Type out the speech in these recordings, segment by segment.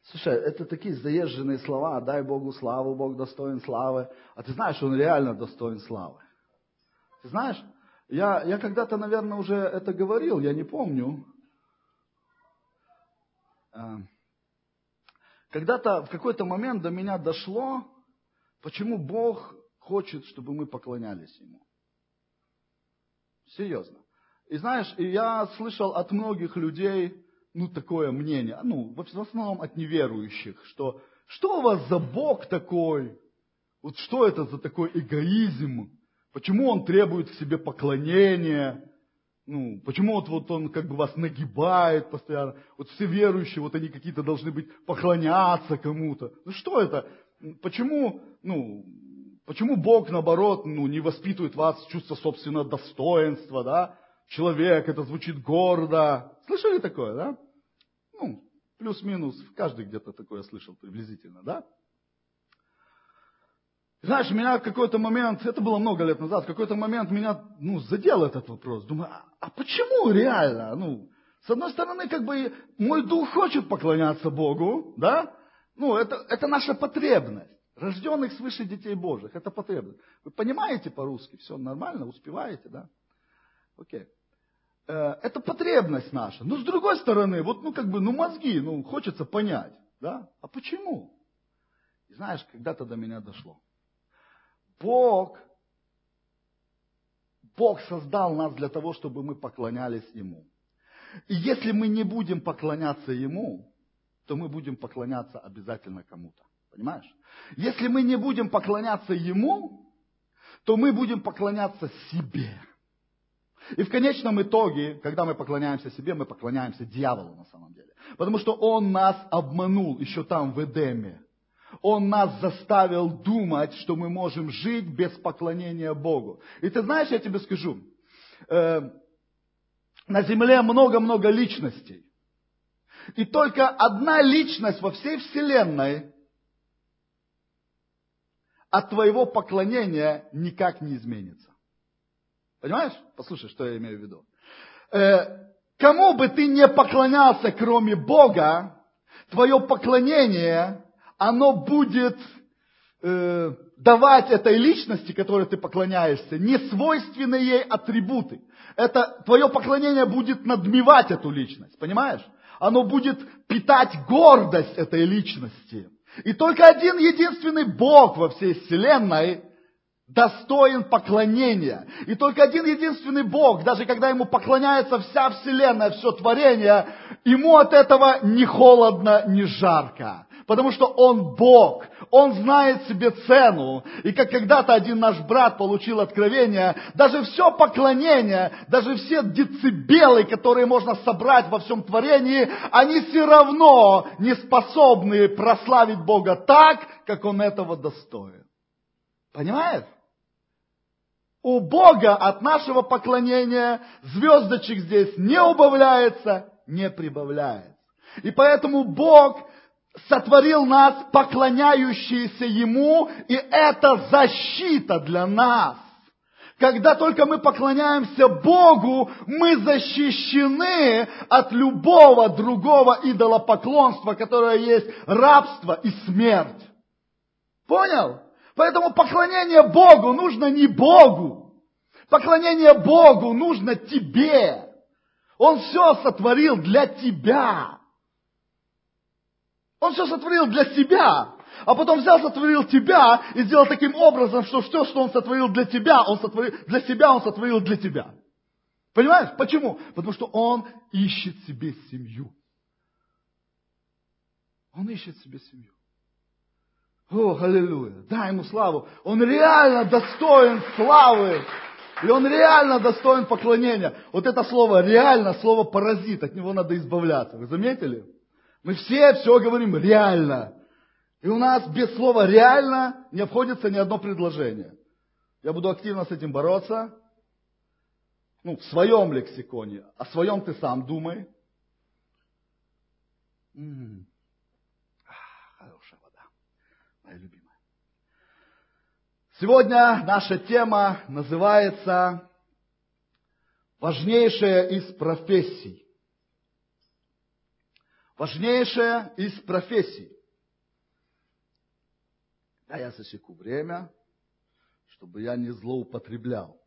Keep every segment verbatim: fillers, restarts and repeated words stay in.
Слушай, это такие заезженные слова, дай Богу славу, Бог достоин славы. А ты знаешь, Он реально достоин славы. Ты знаешь, я, я когда-то, наверное, уже это говорил, я не помню. Когда-то, в какой-то момент до меня дошло, почему Бог хочет, чтобы мы поклонялись Ему. Серьезно. И знаешь, и я слышал от многих людей, ну, такое мнение, ну, в основном от неверующих, что что у вас за Бог такой? Вот что это за такой эгоизм? Почему Он требует к себе поклонения? Ну, почему вот, вот Он как бы вас нагибает постоянно? Вот все верующие, вот они какие-то должны быть, поклоняться кому-то. Ну, что это? Почему, ну, почему Бог, наоборот, ну, не воспитывает в вас чувство собственного достоинства, да? Человек, это звучит гордо. Слышали такое, да? Ну, плюс-минус, каждый где-то такое слышал приблизительно, да? Знаешь, меня в какой-то момент, это было много лет назад, в какой-то момент меня, ну, задел этот вопрос. Думаю, а, а почему реально? Ну, с одной стороны, как бы мой дух хочет поклоняться Богу, да? Ну, это, это наша потребность. Рожденных свыше детей Божьих, это потребность. Вы понимаете по-русски? Все нормально, успеваете, да? Окей. Это потребность наша. Но с другой стороны, вот, ну, как бы, ну, мозги, ну, хочется понять, да? А почему? И знаешь, когда-то до меня дошло. Бог, Бог создал нас для того, чтобы мы поклонялись Ему. И если мы не будем поклоняться Ему, то мы будем поклоняться обязательно кому-то. Понимаешь? Если мы не будем поклоняться Ему, то мы будем поклоняться себе. И в конечном итоге, когда мы поклоняемся себе, мы поклоняемся дьяволу на самом деле. Потому что он нас обманул еще там в Эдеме. Он нас заставил думать, что мы можем жить без поклонения Богу. И ты знаешь, я тебе скажу, э, на земле много-много личностей. И только одна личность во всей вселенной от твоего поклонения никак не изменится. Понимаешь? Послушай, что я имею в виду. Э, кому бы ты не поклонялся, кроме Бога, твое поклонение, оно будет э, давать этой личности, которой ты поклоняешься, несвойственные ей атрибуты. Это твое поклонение будет надмевать эту личность, понимаешь? Оно будет питать гордость этой личности. И только один единственный Бог во всей вселенной достоин поклонения. И только один единственный Бог, даже когда ему поклоняется вся вселенная, все творение, ему от этого ни холодно, ни жарко. Потому что он Бог, он знает себе цену. И как когда-то один наш брат получил откровение, даже все поклонение, даже все децибелы, которые можно собрать во всем творении, они все равно не способны прославить Бога так, как он этого достоин. Понимаешь? У Бога от нашего поклонения звездочек здесь не убавляется, не прибавляется. И поэтому Бог сотворил нас, поклоняющиеся Ему, и это защита для нас. Когда только мы поклоняемся Богу, мы защищены от любого другого идолопоклонства, которое есть рабство и смерть. Понял? Поэтому поклонение Богу нужно не Богу. Поклонение Богу нужно тебе. Он все сотворил для тебя. Он все сотворил для себя. А потом взял, сотворил тебя и сделал таким образом, что все, что он сотворил для тебя, он сотворил, для себя он сотворил для тебя. Понимаешь? Почему? Потому что он ищет себе семью. Он ищет себе семью. О, аллилуйя, дай ему славу. Он реально достоин славы. И он реально достоин поклонения. Вот это слово реально, слово паразит, от него надо избавляться. Вы заметили? Мы все все говорим реально. И у нас без слова реально не обходится ни одно предложение. Я буду активно с этим бороться. Ну, в своем лексиконе. О своем ты сам думай. М-м. Хорошая вода. Моя любимая. Сегодня наша тема называется «Важнейшая из профессий». Важнейшая из профессий. Да, я засеку время, чтобы я не злоупотреблял.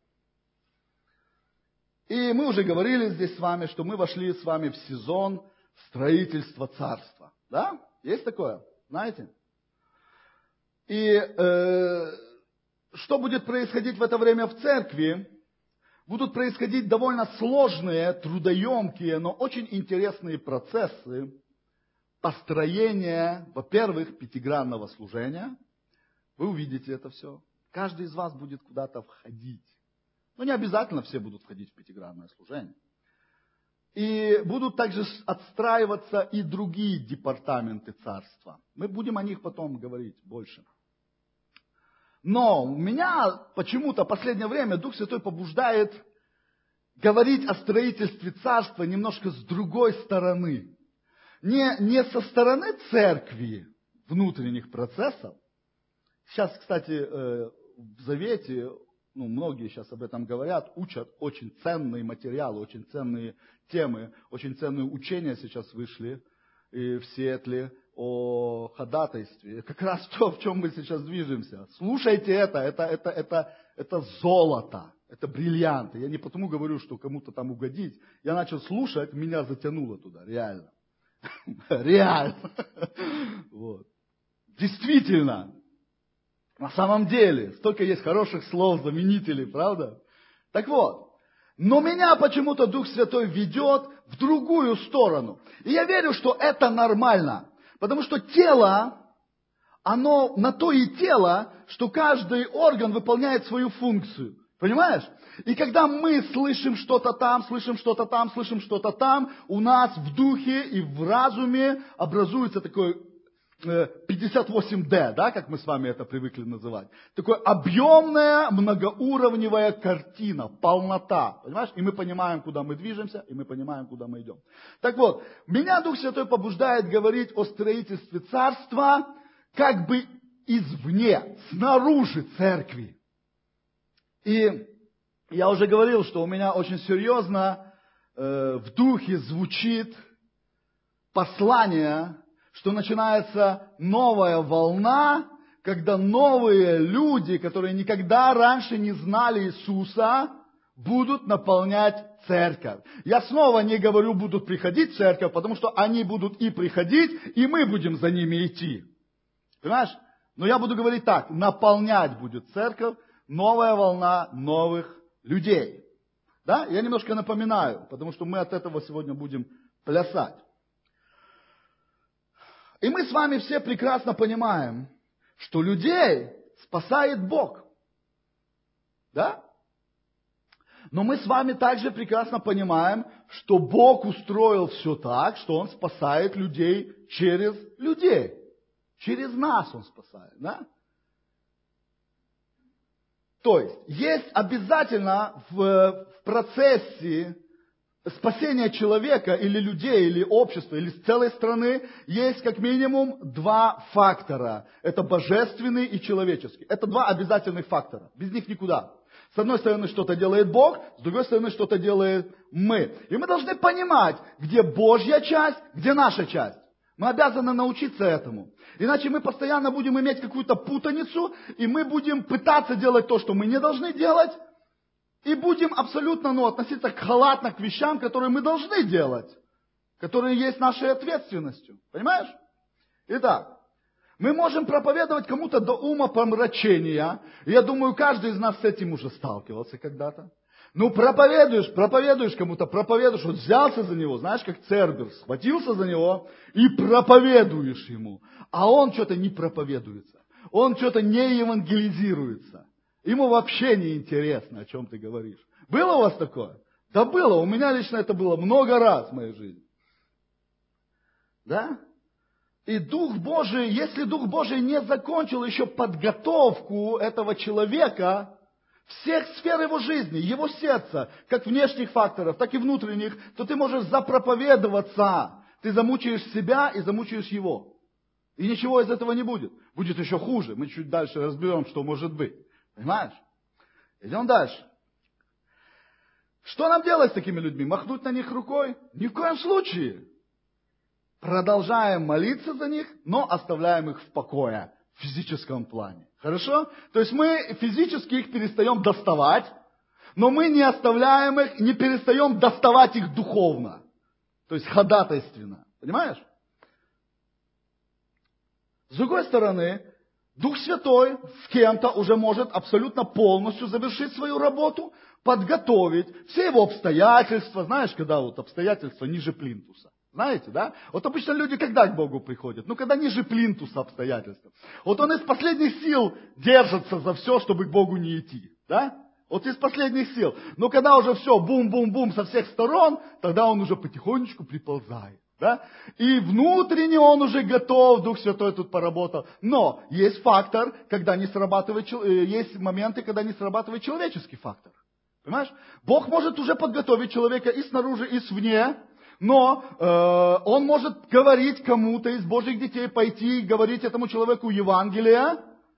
И мы уже говорили здесь с вами, что мы вошли с вами в сезон строительства царства. Да? Есть такое? Знаете? И э, что будет происходить в это время в церкви? Будут происходить довольно сложные, трудоемкие, но очень интересные процессы построения, во-первых, пятигранного служения. Вы увидите это все. Каждый из вас будет куда-то входить. Но не обязательно все будут входить в пятигранное служение. И будут также отстраиваться и другие департаменты царства. Мы будем о них потом говорить больше. Но у меня почему-то в последнее время Дух Святой побуждает говорить о строительстве царства немножко с другой стороны. Не, не со стороны церкви, внутренних процессов. Сейчас, кстати, в Завете, ну, многие сейчас об этом говорят, учат очень ценные материалы, очень ценные темы, очень ценные учения сейчас вышли и в Сиэтле о ходатайстве. Как раз то, в чем мы сейчас движемся. Слушайте это, это, это, это, это золото, это бриллианты. Я не потому говорю, что кому-то там угодить. Я начал слушать, меня затянуло туда, реально. Реально. Вот. Действительно. На самом деле, столько есть хороших слов, заменителей, правда? Так вот, но меня почему-то Дух Святой ведет в другую сторону. И я верю, что это нормально. Потому что тело, оно на то и тело, что каждый орган выполняет свою функцию. Понимаешь? И когда мы слышим что-то там, слышим что-то там, слышим что-то там, у нас в духе и в разуме образуется такой пятьдесят восемь дэ, да, как мы с вами это привыкли называть. Такая объемная, многоуровневая картина, полнота. Понимаешь? И мы понимаем, куда мы движемся, и мы понимаем, куда мы идем. Так вот, меня Дух Святой побуждает говорить о строительстве царства как бы извне, снаружи церкви. И я уже говорил, что у меня очень серьезно э, в духе звучит послание, что начинается новая волна, когда новые люди, которые никогда раньше не знали Иисуса, будут наполнять церковь. Я снова не говорю, будут приходить в церковь, потому что они будут и приходить, и мы будем за ними идти. Понимаешь? Но я буду говорить так, наполнять будет церковь, новая волна новых людей. Да? Я немножко напоминаю, потому что мы от этого сегодня будем плясать. И мы с вами все прекрасно понимаем, что людей спасает Бог. Да? Но мы с вами также прекрасно понимаем, что Бог устроил все так, что Он спасает людей через людей. Через нас Он спасает. Да? То есть, есть обязательно в, в процессе спасения человека или людей, или общества, или целой страны, есть как минимум два фактора. Это божественный и человеческий. Это два обязательных фактора. Без них никуда. С одной стороны, что-то делает Бог, с другой стороны, что-то делает мы. И мы должны понимать, где Божья часть, где наша часть. Мы обязаны научиться этому. Иначе мы постоянно будем иметь какую-то путаницу, и мы будем пытаться делать то, что мы не должны делать, и будем абсолютно ну, относиться халатно к вещам, которые мы должны делать, которые есть нашей ответственностью. Понимаешь? Итак, мы можем проповедовать кому-то до ума помрачения. Я думаю, каждый из нас с этим уже сталкивался когда-то. Ну, проповедуешь, проповедуешь кому-то, проповедуешь, вот взялся за него, знаешь, как Цербер, схватился за него и проповедуешь ему. А он что-то не проповедуется, он что-то не евангелизируется. Ему вообще не интересно, о чем ты говоришь. Было у вас такое? Да было, у меня лично это было много раз в моей жизни. Да? И Дух Божий, если Дух Божий не закончил еще подготовку этого человека, всех сфер его жизни, его сердца, как внешних факторов, так и внутренних, то ты можешь запроповедоваться. Ты замучаешь себя и замучаешь его. И ничего из этого не будет. Будет еще хуже. Мы чуть дальше разберем, что может быть. Понимаешь? Идем дальше. Что нам делать с такими людьми? Махнуть на них рукой? Ни в коем случае. продолжаем молиться за них, но оставляем их в покое в физическом плане. Хорошо? То есть мы физически их перестаем доставать, но мы не оставляем их, не перестаем доставать их духовно. То есть ходатайственно. Понимаешь? С другой стороны, Дух Святой с кем-то уже может абсолютно полностью завершить свою работу, подготовить все его обстоятельства. Знаешь, когда вот обстоятельства ниже плинтуса. Знаете, да? Вот обычно люди когда к Богу приходят? Ну, когда ниже плинтуса обстоятельства. Вот он из последних сил держится за все, чтобы к Богу не идти. Да? Вот из последних сил. Но когда уже все бум-бум-бум со всех сторон, тогда он уже потихонечку приползает. Да? И внутренне он уже готов, Дух Святой тут поработал. Но есть фактор, когда не срабатывает, есть моменты, когда не срабатывает человеческий фактор. Понимаешь? Бог может уже подготовить человека и снаружи, и свне, но э, он может говорить кому-то из Божьих детей, пойти и говорить этому человеку Евангелие.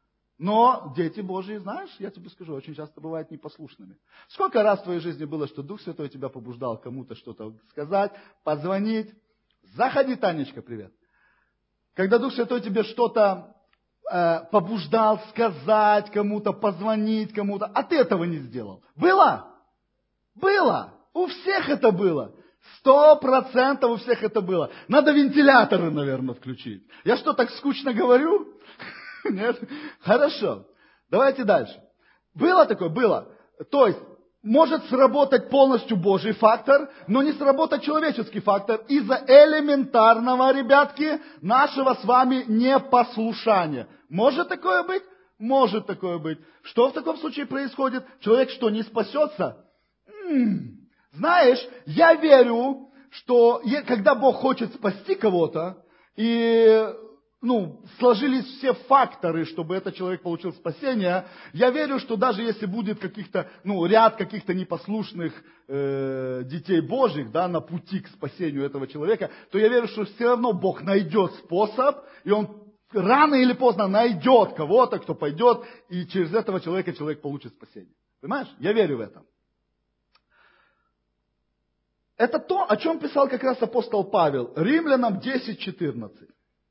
Но дети Божьи, знаешь, я тебе скажу, очень часто бывают непослушными. Сколько раз в твоей жизни было, что Дух Святой тебя побуждал кому-то что-то сказать, позвонить? Заходи, Танечка, привет. Когда Дух Святой тебе что-то э, побуждал сказать кому-то, позвонить кому-то, а ты этого не сделал. Было? Было. У всех это было. Сто процентов у всех это было. Надо вентиляторы, наверное, включить. Я что, так скучно говорю? Нет? Хорошо. Давайте дальше. Было такое? Было. То есть, может сработать полностью Божий фактор, но не сработать человеческий фактор из-за элементарного, ребятки, нашего с вами непослушания. Может такое быть? Может такое быть. Что в таком случае происходит? Человек что, не спасется? М-м. Знаешь, я верю, что когда Бог хочет спасти кого-то, и ну, сложились все факторы, чтобы этот человек получил спасение, я верю, что даже если будет каких-то, ну, ряд каких-то непослушных э, детей Божьих, да, на пути к спасению этого человека, то я верю, что все равно Бог найдет способ, и Он рано или поздно найдет кого-то, кто пойдет, и через этого человека человек получит спасение. Понимаешь? Я верю в это. Это то, о чем писал как раз апостол Павел. Римлянам десять четырнадцать.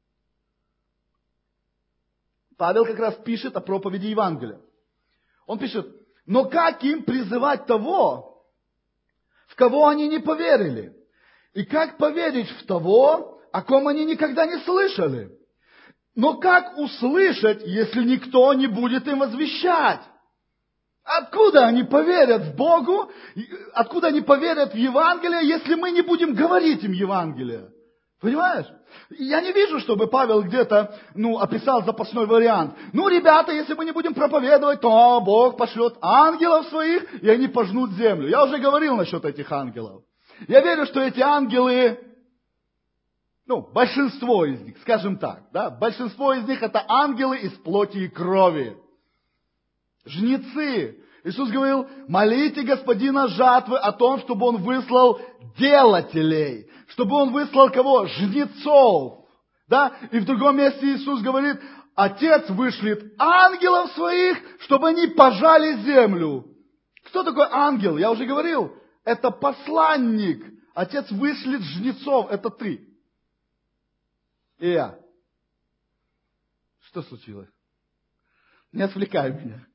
Павел как раз пишет о проповеди Евангелия. Он пишет: но как им призывать того, в кого они не поверили? И как поверить в того, о ком они никогда не слышали? Но как услышать, если никто не будет им возвещать? Откуда они поверят в Богу, откуда они поверят в Евангелие, если мы не будем говорить им Евангелие? Понимаешь? Я не вижу, чтобы Павел где-то, ну, описал запасной вариант. Ну, ребята, если мы не будем проповедовать, то Бог пошлет ангелов своих, и они пожнут землю. Я уже говорил насчет этих ангелов. Я верю, что эти ангелы, ну, большинство из них, скажем так, да, большинство из них это ангелы из плоти и крови. Жнецы. Иисус говорил: молите Господина жатвы о том, чтобы Он выслал делателей. Чтобы Он выслал кого? Жнецов. Да? И в другом месте Иисус говорит: Отец вышлет ангелов своих, чтобы они пожали землю. Кто такой ангел? Я уже говорил. Это посланник. Отец вышлет жнецов. Это ты. И я. Что случилось? Не отвлекай меня.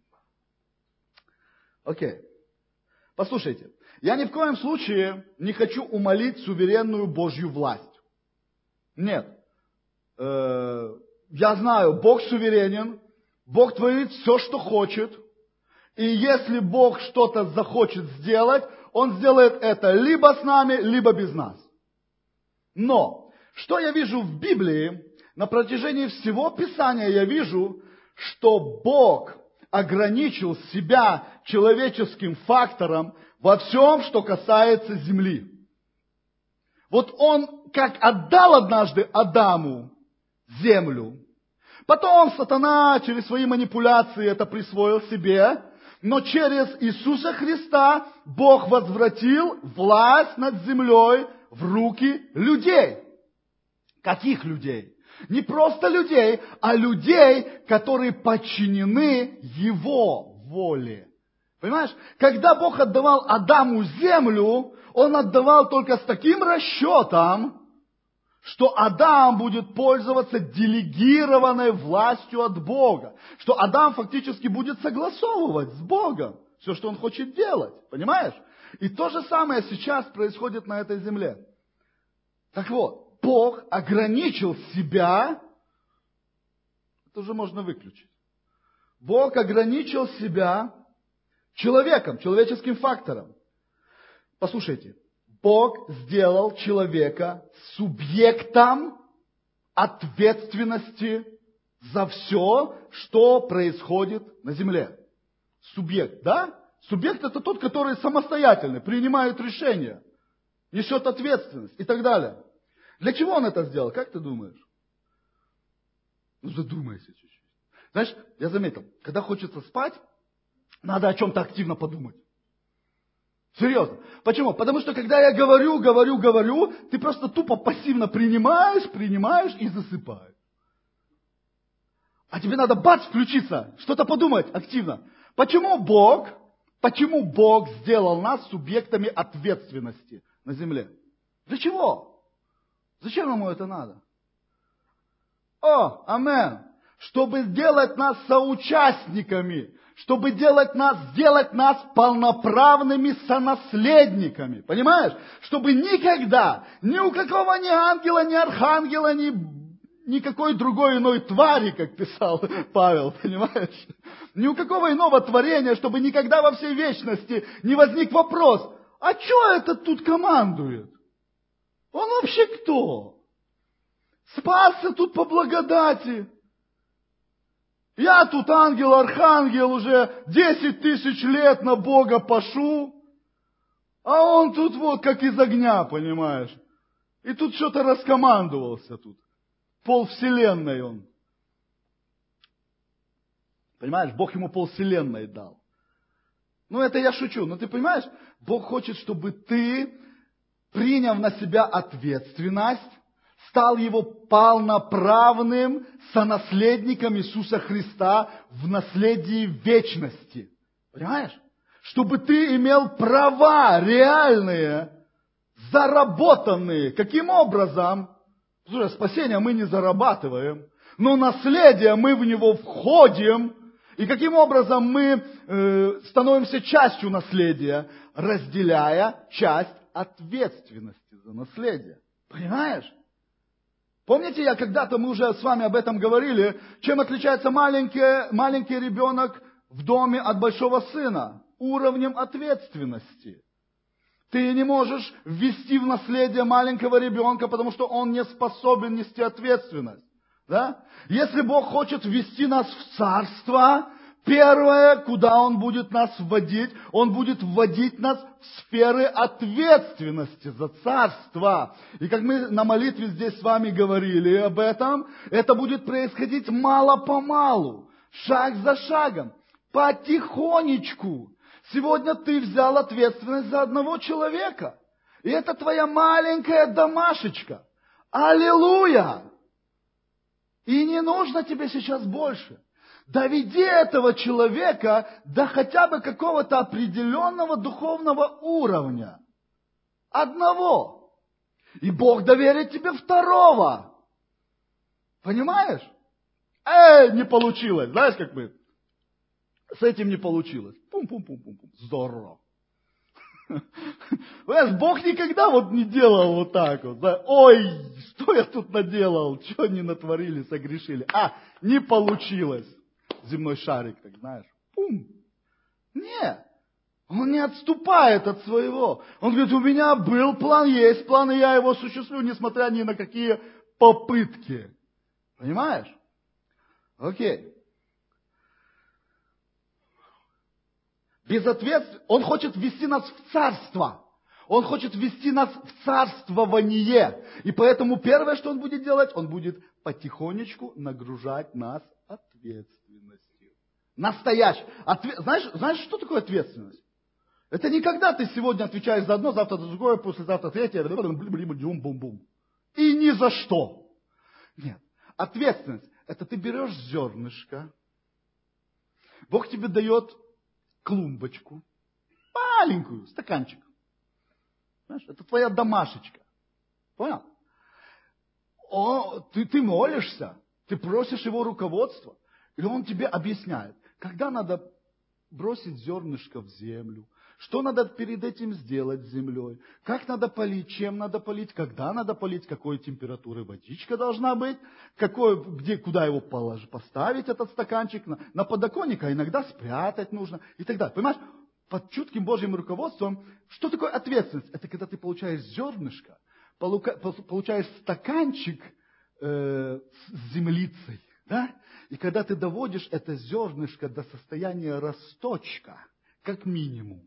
Окей. Послушайте, я ни в коем случае не хочу умалить суверенную Божью власть. Нет. Э-э- я знаю, Бог суверенен, Бог творит все, что хочет. И если Бог что-то захочет сделать, Он сделает это либо с нами, либо без нас. Но, что я вижу в Библии, на протяжении всего Писания я вижу, что Бог ограничил себя человеческим фактором во всем, что касается земли. Вот Он как отдал однажды Адаму землю, потом сатана через свои манипуляции это присвоил себе, но через Иисуса Христа Бог возвратил власть над землей в руки людей. Каких людей? Не просто людей, а людей, которые подчинены Его воле. Понимаешь? Когда Бог отдавал Адаму землю, Он отдавал только с таким расчетом, что Адам будет пользоваться делегированной властью от Бога. Что Адам фактически будет согласовывать с Богом все, что он хочет делать. Понимаешь? И то же самое сейчас происходит на этой земле. Так вот, Бог ограничил себя, это уже можно выключить. Бог ограничил себя человеком, человеческим фактором. Послушайте, Бог сделал человека субъектом ответственности за все, что происходит на земле. Субъект, да? Субъект это тот, который самостоятельный, принимает решения, несет ответственность и так далее. Для чего он это сделал? Как ты думаешь? Ну задумайся чуть-чуть. Знаешь, я заметил, когда хочется спать, надо о чем-то активно подумать. Серьезно. Почему? Потому что когда я говорю, говорю, говорю, ты просто тупо пассивно принимаешь, принимаешь и засыпаешь. А тебе надо бац, включиться, что-то подумать активно. Почему Бог, почему Бог сделал нас субъектами ответственности на земле? Для чего? Зачем ему это надо? О, амен. Чтобы сделать нас соучастниками, чтобы делать нас, сделать нас полноправными сонаследниками. Понимаешь? Чтобы никогда ни у какого ни ангела, ни архангела, ни никакой другой иной твари, как писал Павел, понимаешь? Ни у какого иного творения, чтобы никогда во всей вечности не возник вопрос, а что это тут командует? Он вообще кто? Спасся тут по благодати. Я тут ангел, архангел, уже десять тысяч лет на Бога пашу, а он тут вот как из огня, понимаешь? И тут что-то раскомандовался тут. Полвселенной он. Понимаешь, Бог ему полвселенной дал. Ну это я шучу, но ты понимаешь, Бог хочет, чтобы ты, приняв на себя ответственность, стал его полноправным сонаследником Иисуса Христа в наследии вечности. Понимаешь? Чтобы ты имел права реальные, заработанные. Каким образом? Слушай, спасение мы не зарабатываем, но наследие мы в него входим. И каким образом мы э, становимся частью наследия, разделяя часть ответственности за наследие. Понимаешь? Помните, я когда-то, мы уже с вами об этом говорили, чем отличается маленький, маленький ребенок в доме от большого сына? Уровнем ответственности. Ты не можешь ввести в наследие маленького ребенка, потому что он не способен нести ответственность. Да? Если Бог хочет ввести нас в царство, первое, куда Он будет нас вводить, Он будет вводить нас в сферы ответственности за царство. И как мы на молитве здесь с вами говорили об этом, это будет происходить мало-помалу, шаг за шагом, потихонечку. Сегодня ты взял ответственность за одного человека. И это твоя маленькая домашечка. Аллилуйя! И не нужно тебе сейчас больше. Доведи этого человека до хотя бы какого-то определенного духовного уровня. Одного. И Бог доверит тебе второго. Понимаешь? Эй, не получилось. Знаешь, как мы? С этим не получилось. Пум-пум-пум-пум-пум. Здорово. Понимаешь, Бог никогда вот не делал вот так вот. Да? Ой, что я тут наделал? Что они натворили, согрешили? А, не получилось. Земной шарик, так знаешь. Пум. Нет. Он не отступает от своего. Он говорит, у меня был план, есть план, и я его осуществлю, несмотря ни на какие попытки. Понимаешь? Окей. Безответственно. Он хочет ввести нас в царство. Он хочет ввести нас в царствование. И поэтому первое, что он будет делать, он будет потихонечку нагружать нас ответственностью. Настоящей. Отве... Знаешь, знаешь, что такое ответственность? Это не когда ты сегодня отвечаешь за одно, завтра за другое, послезавтра третье, бум-бум-бум. И ни за что. Нет. Ответственность. Это ты берешь зернышко. Бог тебе дает клумбочку. Маленькую, стаканчик. Знаешь, это твоя домашечка. Понял? Но ты, ты молишься, ты просишь его руководства, и он тебе объясняет, когда надо бросить зернышко в землю, что надо перед этим сделать с землей, как надо полить, чем надо полить, когда надо полить, какой температуры водичка должна быть, какой, где, куда его положить, поставить, этот стаканчик, на, на подоконник, а иногда спрятать нужно и так далее. Понимаешь, под чутким Божьим руководством, что такое ответственность? Это когда ты получаешь зернышко, получаешь стаканчик э, с землицей, да? И когда ты доводишь это зернышко до состояния росточка, как минимум,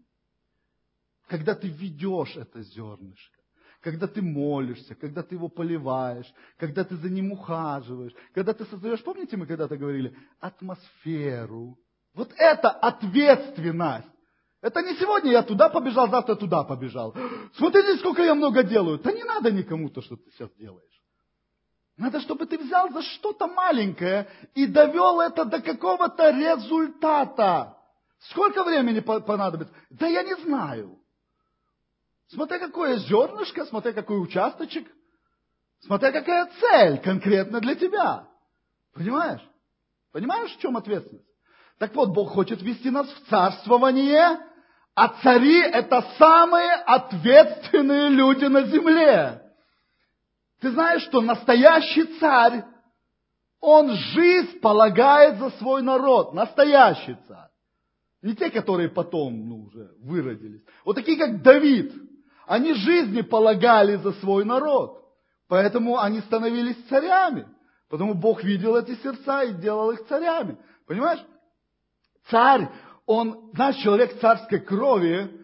когда ты ведешь это зернышко, когда ты молишься, когда ты его поливаешь, когда ты за ним ухаживаешь, когда ты создаешь, помните, мы когда-то говорили, атмосферу. Вот это ответственность. Это не сегодня я туда побежал, завтра туда побежал. Смотрите, сколько я много делаю. Да не надо никому то, что ты сейчас делаешь. Надо, чтобы ты взял за что-то маленькое и довел это до какого-то результата. Сколько времени понадобится? Да я не знаю. Смотря какое зернышко, смотря какой участочек, смотря какая цель конкретно для тебя. Понимаешь? Понимаешь, в чем ответственность? Так вот, Бог хочет ввести нас в царствование, а цари – это самые ответственные люди на земле. Ты знаешь, что настоящий царь, он жизнь полагает за свой народ. Настоящий царь. Не те, которые потом ну, уже выродились. Вот такие, как Давид. Они жизни полагали за свой народ. Поэтому они становились царями. Потому Бог видел эти сердца и делал их царями. Понимаешь? Царь, он, знаешь, человек царской крови.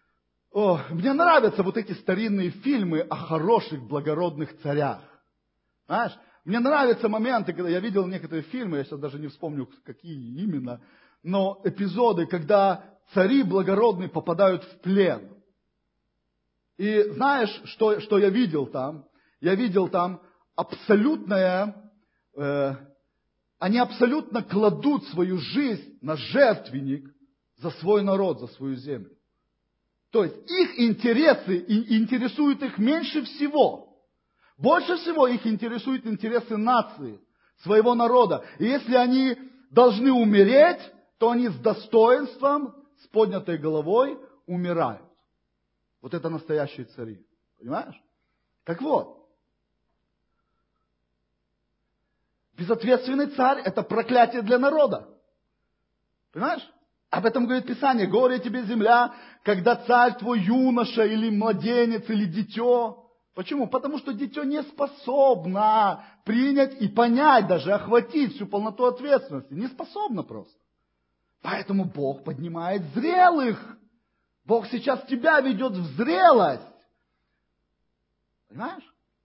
О, мне нравятся вот эти старинные фильмы о хороших, благородных царях. Знаешь, мне нравятся моменты, когда я видел некоторые фильмы, я сейчас даже не вспомню, какие именно, но эпизоды, когда цари благородные попадают в плен. И знаешь, что, что я видел там? Я видел там абсолютное, э, они абсолютно кладут свою жизнь на жертвенник за свой народ, за свою землю. То есть их интересы интересуют их меньше всего. Больше всего их интересуют интересы нации, своего народа. И если они должны умереть, то они с достоинством, с поднятой головой умирают. Вот это настоящие цари. Понимаешь? Так вот. Безответственный царь – это проклятие для народа. Понимаешь? Об этом говорит Писание. Горе тебе, земля, когда царь твой юноша или младенец или дитё. Почему? Потому что дитё не способно принять и понять, даже охватить всю полноту ответственности. Не способно просто. Поэтому Бог поднимает зрелых. Бог сейчас тебя ведет в зрелость. Понимаешь?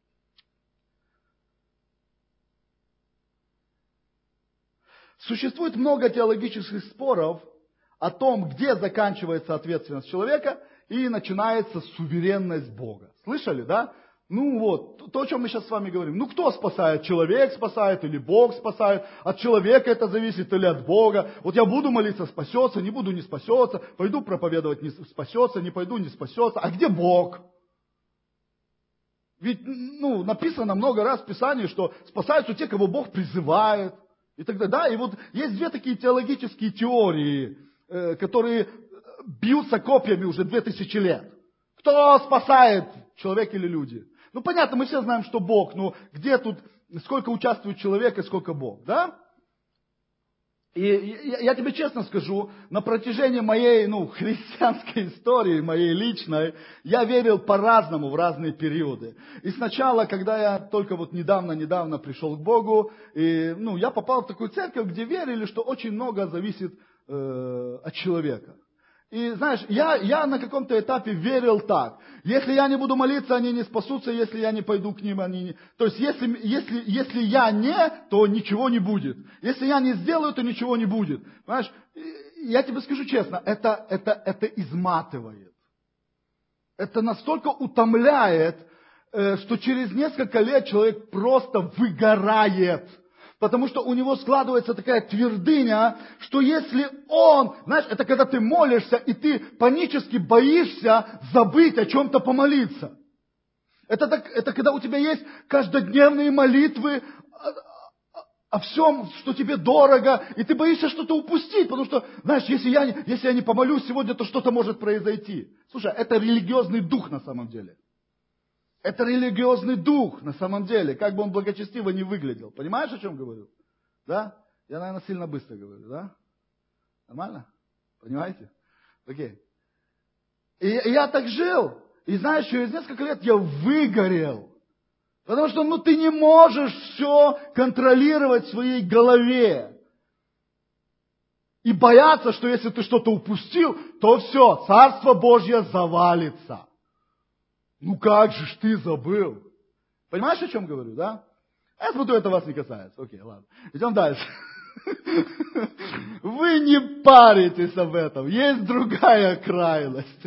Существует много теологических споров о том, где заканчивается ответственность человека и начинается суверенность Бога. Слышали, да? Ну вот, то, о чем мы сейчас с вами говорим. Ну кто спасает? Человек спасает или Бог спасает? От человека это зависит или от Бога? Вот я буду молиться, спасется, не буду, не спасется. Пойду проповедовать, не спасется, не пойду, не спасется. А где Бог? Ведь ну, написано много раз в Писании, что спасаются те, кого Бог призывает. И тогда, да, и вот есть две такие теологические теории, э, которые бьются копьями уже две тысячи лет. Кто спасает, человек или люди? Ну, понятно, мы все знаем, что Бог, но где тут, сколько участвует человек и сколько Бог, да? И я, я тебе честно скажу, на протяжении моей, ну, христианской истории, моей личной, я верил по-разному в разные периоды. И сначала, когда я только вот недавно-недавно пришел к Богу, и, ну, я попал в такую церковь, где верили, что очень много зависит э, от человека. И знаешь, я, я на каком-то этапе верил так. Если я не буду молиться, они не спасутся, если я не пойду к ним, они не... То есть, если, если, если я не, то ничего не будет. Если я не сделаю, то ничего не будет. Понимаешь? Я тебе скажу честно, это, это, это изматывает. Это настолько утомляет, что через несколько лет человек просто выгорает. Потому что у него складывается такая твердыня, что если он, знаешь, это когда ты молишься, и ты панически боишься забыть о чем-то помолиться. Это, так, это когда у тебя есть каждодневные молитвы о, о всем, что тебе дорого, и ты боишься что-то упустить, потому что, знаешь, если я, если я не помолюсь сегодня, то что-то может произойти. Слушай, это религиозный дух на самом деле. Это религиозный дух на самом деле, как бы он благочестиво не выглядел. Понимаешь, о чем говорю? Да? Я, наверное, сильно быстро говорю, да? Нормально? Понимаете? Окей. И я так жил. И знаешь, через несколько лет я выгорел. Потому что, ну, ты не можешь все контролировать в своей голове. И бояться, что если ты что-то упустил, то все, Царство Божье завалится. Ну как же ж ты забыл? Понимаешь, о чем говорю, да? Я смотрю, это вас не касается. Окей, ладно. Идем дальше. Вы не паритесь об этом. Есть другая крайность.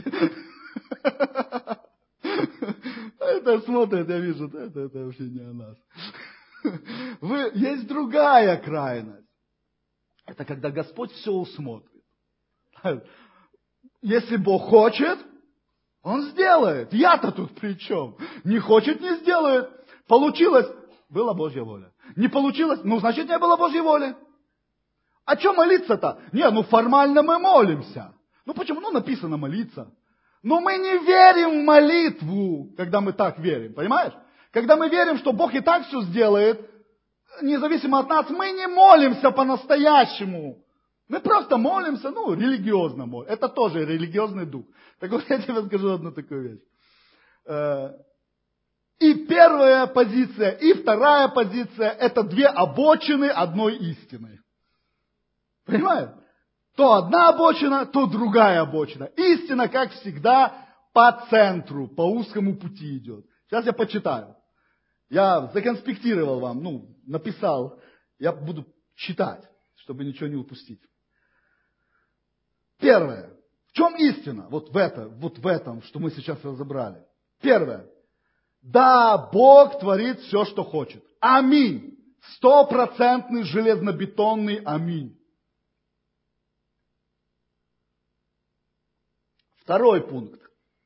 Это смотрят, я вижу, это, это вообще не о нас. Вы, есть другая крайность. Это когда Господь все усмотрит. Если Бог хочет, Он сделает. Я-то тут при чем? Не хочет, не сделает. Получилось, была Божья воля. Не получилось, ну, значит, не было Божьей воли. А что молиться-то? Не, ну, формально мы молимся. Ну, почему? Ну, написано молиться. Но мы не верим в молитву, когда мы так верим, понимаешь? Когда мы верим, что Бог и так все сделает, независимо от нас, мы не молимся по-настоящему. Мы просто молимся, ну, религиозно молимся. Это тоже религиозный дух. Так вот, я тебе скажу одну такую вещь. И первая позиция, и вторая позиция – это две обочины одной истины. Понимаешь? То одна обочина, то другая обочина. Истина, как всегда, по центру, по узкому пути идет. Сейчас я почитаю. Я законспектировал вам, ну, написал. Я буду читать, чтобы ничего не упустить. Первое. В чем истина? Вот в, это, вот в этом, что мы сейчас разобрали. Первое. Да, Бог творит все, что хочет. Аминь. Стопроцентный железнобетонный аминь. Второй пункт.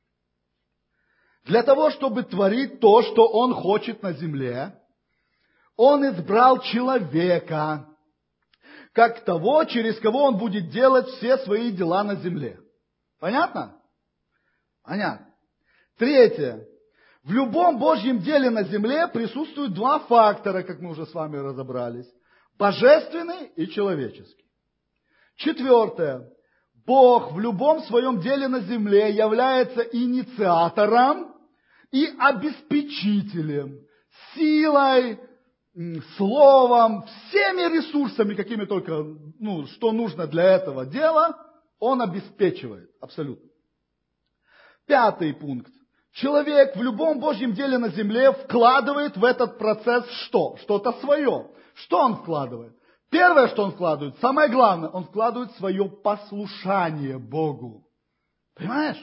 Для того, чтобы творить то, что Он хочет на земле, Он избрал человека, как того, через кого Он будет делать все свои дела на земле. Понятно? Понятно. Третье. В любом Божьем деле на земле присутствуют два фактора, как мы уже с вами разобрались. Божественный и человеческий. Четвертое. Бог в любом своем деле на земле является инициатором и обеспечителем, силой, словом, всеми ресурсами, какими только, ну, что нужно для этого дела, Он обеспечивает абсолютно. Пятый пункт. Человек в любом Божьем деле на земле вкладывает в этот процесс что? Что-то свое. Что он вкладывает? Первое, что он вкладывает, самое главное, он вкладывает свое послушание Богу. Понимаешь?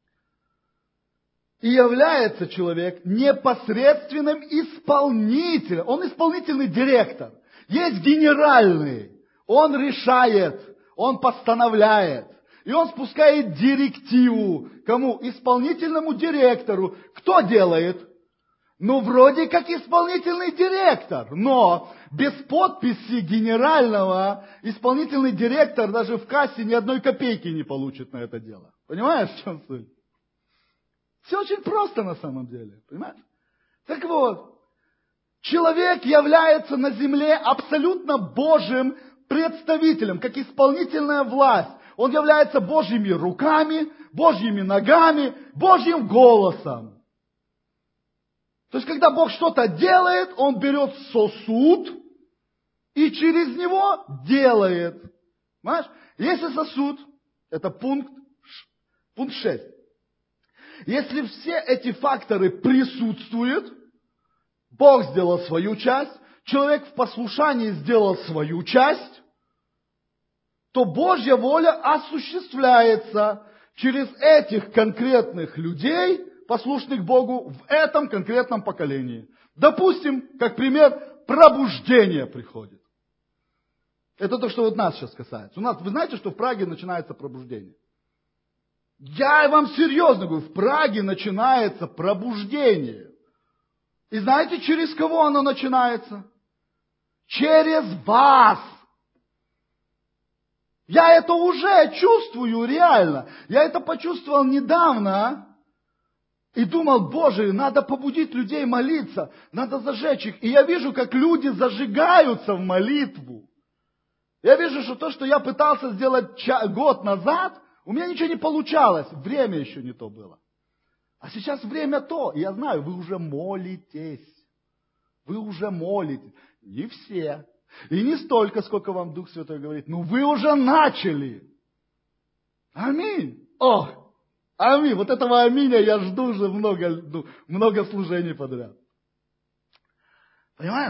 И является человек непосредственным исполнителем. Он исполнительный директор. Есть генеральный. Он решает, он постановляет. И он спускает директиву. Кому? Исполнительному директору. Кто делает? Ну, вроде как исполнительный директор. Но без подписи генерального исполнительный директор даже в кассе ни одной копейки не получит на это дело. Понимаешь, в чем суть? Все очень просто на самом деле. Понимаешь? Так вот, человек является на земле абсолютно Божьим представителем, как исполнительная власть. Он является Божьими руками, Божьими ногами, Божьим голосом. То есть, когда Бог что-то делает, Он берет сосуд и через него делает. Понимаешь? Если сосуд, это пункт, пункт шесть. Если все эти факторы присутствуют, Бог сделал свою часть, человек в послушании сделал свою часть, то Божья воля осуществляется через этих конкретных людей, послушных Богу, в этом конкретном поколении. Допустим, как пример, пробуждение приходит. Это то, что вот нас сейчас касается. У нас, вы знаете, что в Праге начинается пробуждение? Я вам серьезно говорю, в Праге начинается пробуждение. И знаете, через кого оно начинается? Через вас. Я это уже чувствую реально. Я это почувствовал недавно. И думал, Боже, надо побудить людей молиться. Надо зажечь их. И я вижу, как люди зажигаются в молитву. Я вижу, что то, что я пытался сделать год назад, у меня ничего не получалось. Время еще не то было. А сейчас время то. И я знаю, вы уже молитесь. Вы уже молитесь. Не все. И не столько, сколько вам Дух Святой говорит. Но вы уже начали. Аминь. О, аминь. Вот этого аминя я жду уже много, ну, много служений подряд. Понимаешь?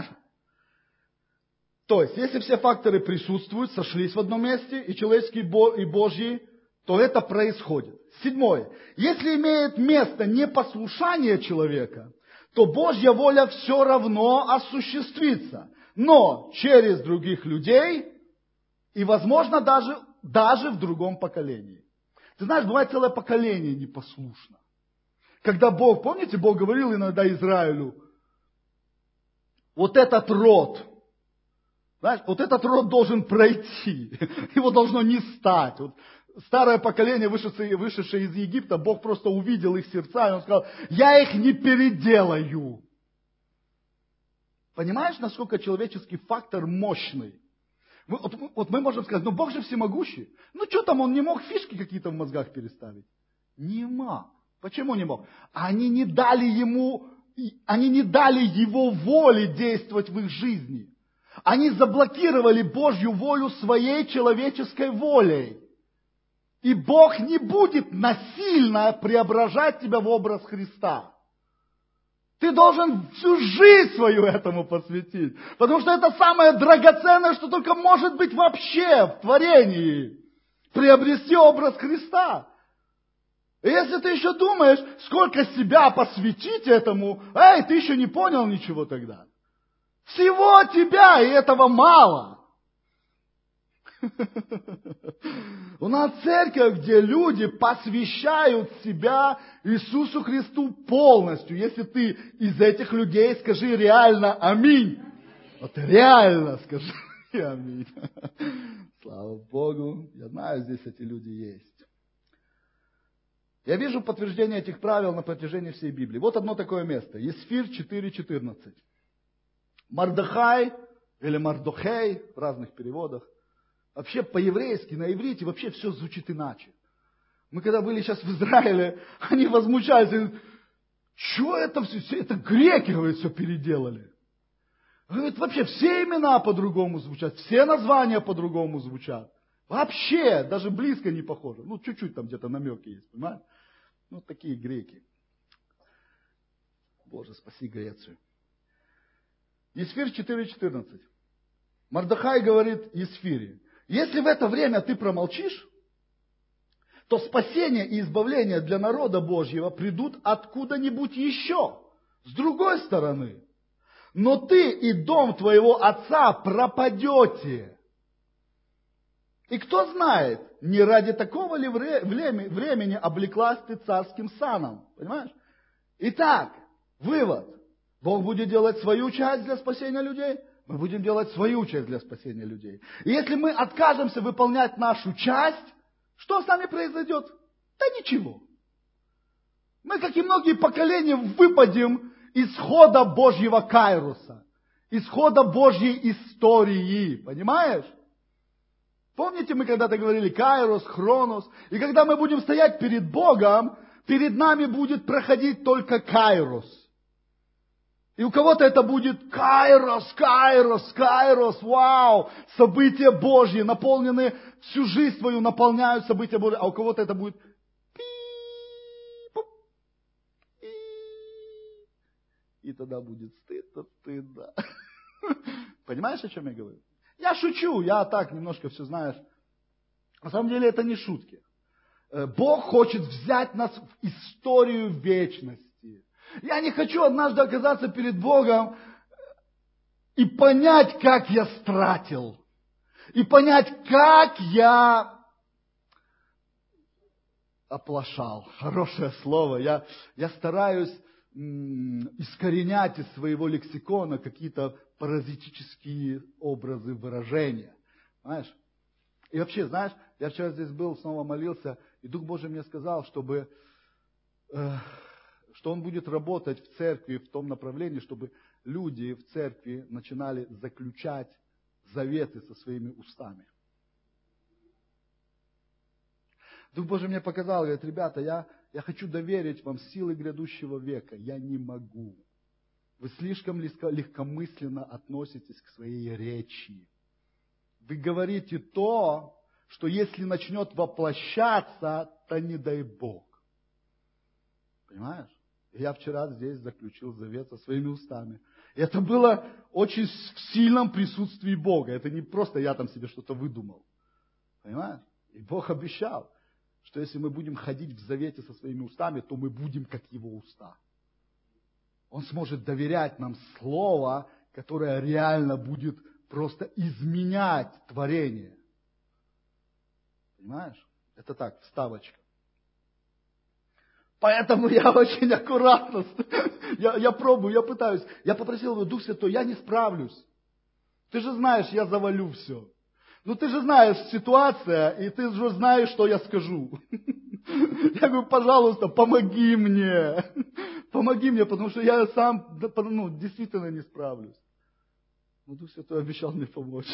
То есть, если все факторы присутствуют, сошлись в одном месте, и человеческие, и Божьи, то это происходит. Седьмое. Если имеет место непослушание человека, то Божья воля все равно осуществится. Но через других людей и, возможно, даже, даже в другом поколении. Ты знаешь, бывает целое поколение непослушно. Когда Бог, помните, Бог говорил иногда Израилю, вот этот род, знаешь, вот этот род должен пройти, его должно не стать. Вот старое поколение, вышедшее, вышедшее из Египта, Бог просто увидел их сердца, и Он сказал, я их не переделаю. Понимаешь, насколько человеческий фактор мощный? Вот, вот мы можем сказать, ну Бог же всемогущий. Ну что там, Он не мог фишки какие-то в мозгах переставить? Не мог. Почему не мог? Они не дали ему, они не дали его воле действовать в их жизни. Они заблокировали Божью волю своей человеческой волей. И Бог не будет насильно преображать тебя в образ Христа. Ты должен всю жизнь свою этому посвятить. Потому что это самое драгоценное, что только может быть вообще в творении. Приобрести образ Христа. И если ты еще думаешь, сколько себя посвятить этому, эй, ты еще не понял ничего тогда. Всего тебя, и этого мало. У нас церковь, где люди посвящают себя Иисусу Христу полностью. Если ты из этих людей, скажи реально аминь. Вот реально скажи аминь. Слава Богу. Я знаю, здесь эти люди есть. Я вижу подтверждение этих правил на протяжении всей Библии. Вот одно такое место. Есфир четыре четырнадцать. Мардохай или Мардохей в разных переводах. Вообще по-еврейски, на иврите вообще все звучит иначе. Мы когда были сейчас в Израиле, они возмущались. Что это все? все? Это греки, говорят, все переделали. Говорят, вообще все имена по-другому звучат, все названия по-другому звучат. Вообще, даже близко не похоже. Ну, чуть-чуть там где-то намеки есть, понимаешь? Ну, такие греки. Боже, спаси Грецию. Есфир четыре четырнадцать. Мардохай говорит Есфире, если в это время ты промолчишь, то спасение и избавление для народа Божьего придут откуда-нибудь еще, с другой стороны. Но ты и дом твоего отца пропадете. И кто знает, не ради такого ли времени облеклась ты царским саном. Понимаешь? Итак, вывод. Бог будет делать свою часть для спасения людей. Мы будем делать свою часть для спасения людей. И если мы откажемся выполнять нашу часть, что с нами произойдет? Да ничего. Мы, как и многие поколения, выпадем из хода Божьего кайруса, из хода Божьей истории. Понимаешь? Помните, мы когда-то говорили кайрос, хронос. И когда мы будем стоять перед Богом, перед нами будет проходить только кайрос. И у кого-то это будет кайрос, кайрос, кайрос, вау, события Божьи, наполненные, всю жизнь твою наполняют события Божьи, а у кого-то это будет и тогда будет стыдно, стыдно. Понимаешь, о чем я говорю? Я шучу, я так немножко все знаешь. На самом деле это не шутки. Бог хочет взять нас в историю вечности. Я не хочу однажды оказаться перед Богом и понять, как я стратил. И понять, как я оплошал. Хорошее слово. Я, я стараюсь искоренять из своего лексикона какие-то паразитические образы выражения. Знаешь? И вообще, знаешь, я вчера здесь был, снова молился, и Дух Божий мне сказал, чтобы, э, что Он будет работать в церкви в том направлении, чтобы люди в церкви начинали заключать заветы со своими устами. Дух Божий мне показал, говорит, ребята, я, я хочу доверить вам силы грядущего века. Я не могу. Вы слишком легкомысленно относитесь к своей речи. Вы говорите то, что если начнет воплощаться, то не дай Бог. Понимаешь? Я вчера здесь заключил завет со своими устами. И это было очень в сильном присутствии Бога. Это не просто я там себе что-то выдумал. Понимаешь? И Бог обещал, что если мы будем ходить в завете со своими устами, то мы будем как Его уста. Он сможет доверять нам слово, которое реально будет просто изменять творение. Понимаешь? Это так, вставочка. Поэтому я очень аккуратно, я, я пробую, я пытаюсь. Я попросил его, Дух Святой, я не справлюсь. Ты же знаешь, я завалю все. Ну ты же знаешь, ситуация, и ты же знаешь, что я скажу. Я говорю, пожалуйста, помоги мне. Помоги мне, потому что я сам ну, действительно не справлюсь. Но Дух Святой обещал мне помочь.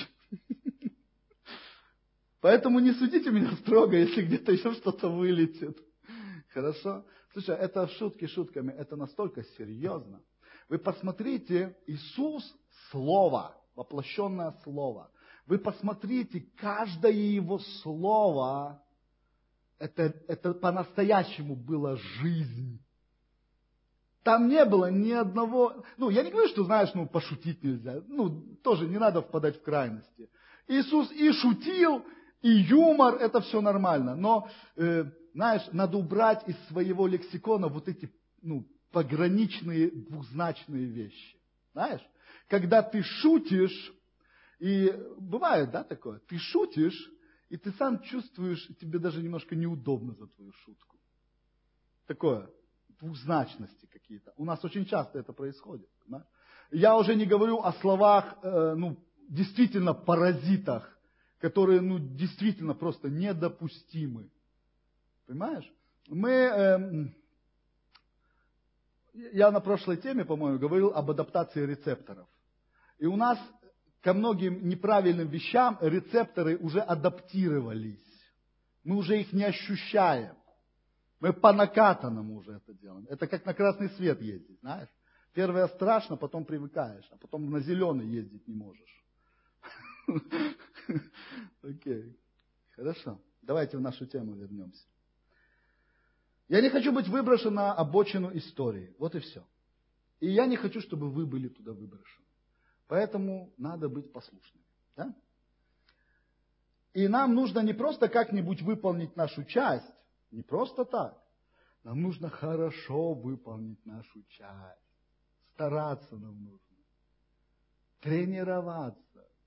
Поэтому не судите меня строго, если где-то еще что-то вылетит. Хорошо? Слушай, это шутки шутками, это настолько серьезно. Вы посмотрите, Иисус – Слово, воплощенное Слово. Вы посмотрите, каждое Его Слово, это, это по-настоящему была жизнь. Там не было ни одного... Ну, я не говорю, что, знаешь, ну, пошутить нельзя. Ну, тоже не надо впадать в крайности. Иисус и шутил, и юмор, это все нормально. Но, э, знаешь, надо убрать из своего лексикона вот эти, ну, пограничные двузначные вещи. Знаешь, когда ты шутишь, и бывает, да, такое, ты шутишь, и ты сам чувствуешь, и тебе даже немножко неудобно за твою шутку. Такое. Двузначности какие-то. У нас очень часто это происходит. Да? Я уже не говорю о словах, э, ну, действительно паразитах, которые, ну, действительно просто недопустимы. Понимаешь? Мы, э, я на прошлой теме, по-моему, говорил об адаптации рецепторов. И у нас ко многим неправильным вещам рецепторы уже адаптировались. Мы уже их не ощущаем. Мы по накатанному уже это делаем. Это как на красный свет ездить, знаешь. Первое страшно, потом привыкаешь, а потом на зеленый ездить не можешь. Окей. Хорошо. Давайте в нашу тему вернемся. Я не хочу быть выброшен на обочину истории. Вот и все. И я не хочу, чтобы вы были туда выброшены. Поэтому надо быть послушными. Да? И нам нужно не просто как-нибудь выполнить нашу часть, не просто так. Нам нужно хорошо выполнить нашу часть. Стараться нам нужно. Тренироваться.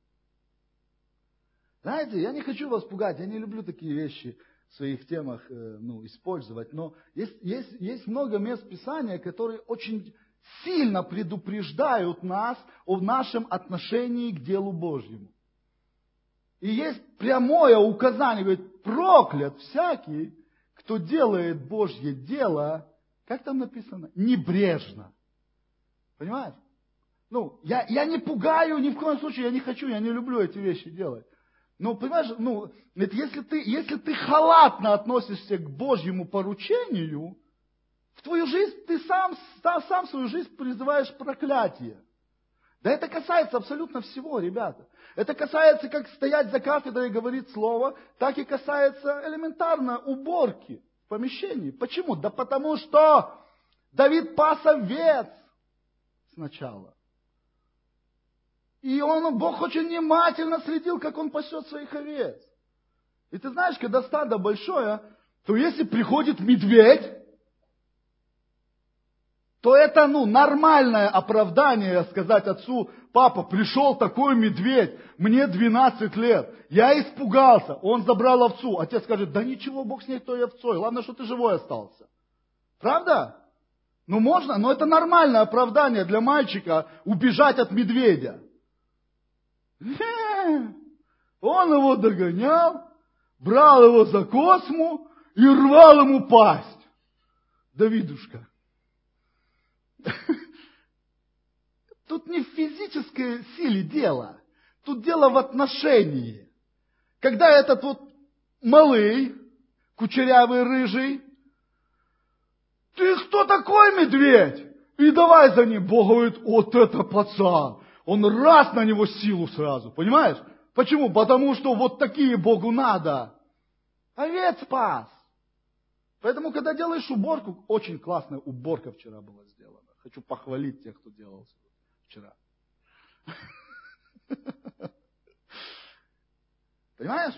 Знаете, я не хочу вас пугать, я не люблю такие вещи в своих темах ну, использовать, но есть, есть, есть много мест Писания, которые очень сильно предупреждают нас о нашем отношении к делу Божьему. И есть прямое указание, говорит, проклят всякий, кто делает Божье дело, как там написано, небрежно. Понимаешь? Ну, я, я не пугаю, ни в коем случае, я не хочу, я не люблю эти вещи делать. Но, понимаешь, ну, если ты, если ты халатно относишься к Божьему поручению, в твою жизнь ты сам, сам в свою жизнь призываешь проклятие. Да это касается абсолютно всего, ребята. Это касается, как стоять за кафедрой и говорить слово, так и касается элементарно уборки в помещении. Почему? Да потому что Давид пас овец сначала. И он, Бог очень внимательно следил, как он пасет своих овец. И ты знаешь, когда стадо большое, то если приходит медведь, то это, ну, нормальное оправдание сказать отцу, папа, пришел такой медведь, мне двенадцать лет, я испугался, он забрал овцу. Отец скажет, да ничего, Бог с ней той овцой, главное, что ты живой остался. Правда? Ну можно, но это нормальное оправдание для мальчика убежать от медведя. Он его догонял, брал его за косму и рвал ему пасть. Давидушка. Тут не в физической силе дело. Тут дело в отношении. Когда этот вот малый, кучерявый, рыжий, ты кто такой, медведь? И давай за ним. Бог говорит, вот это пацан. Он раз на него силу сразу, понимаешь? Почему? Потому что вот такие Богу надо. Овец спас. Поэтому, когда делаешь уборку, очень классная уборка вчера была сделана. Хочу похвалить тех, кто делал вчера. Понимаешь?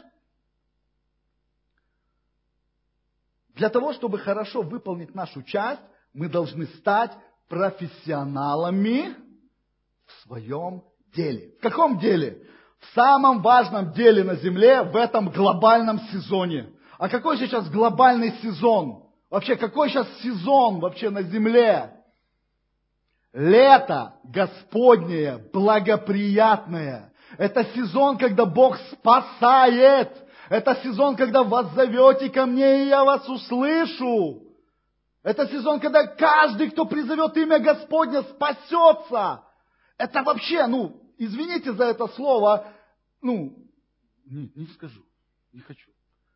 Для того, чтобы хорошо выполнить нашу часть, мы должны стать профессионалами в своем деле. В каком деле? В самом важном деле на земле, в этом глобальном сезоне. А какой сейчас глобальный сезон? Вообще, какой сейчас сезон вообще на земле? Лето Господнее, благоприятное. Это сезон, когда Бог спасает. Это сезон, когда вас зовете ко мне, и я вас услышу. Это сезон, когда каждый, кто призовет имя Господне, спасется. Это вообще, ну, извините за это слово, ну, не, не скажу, не хочу.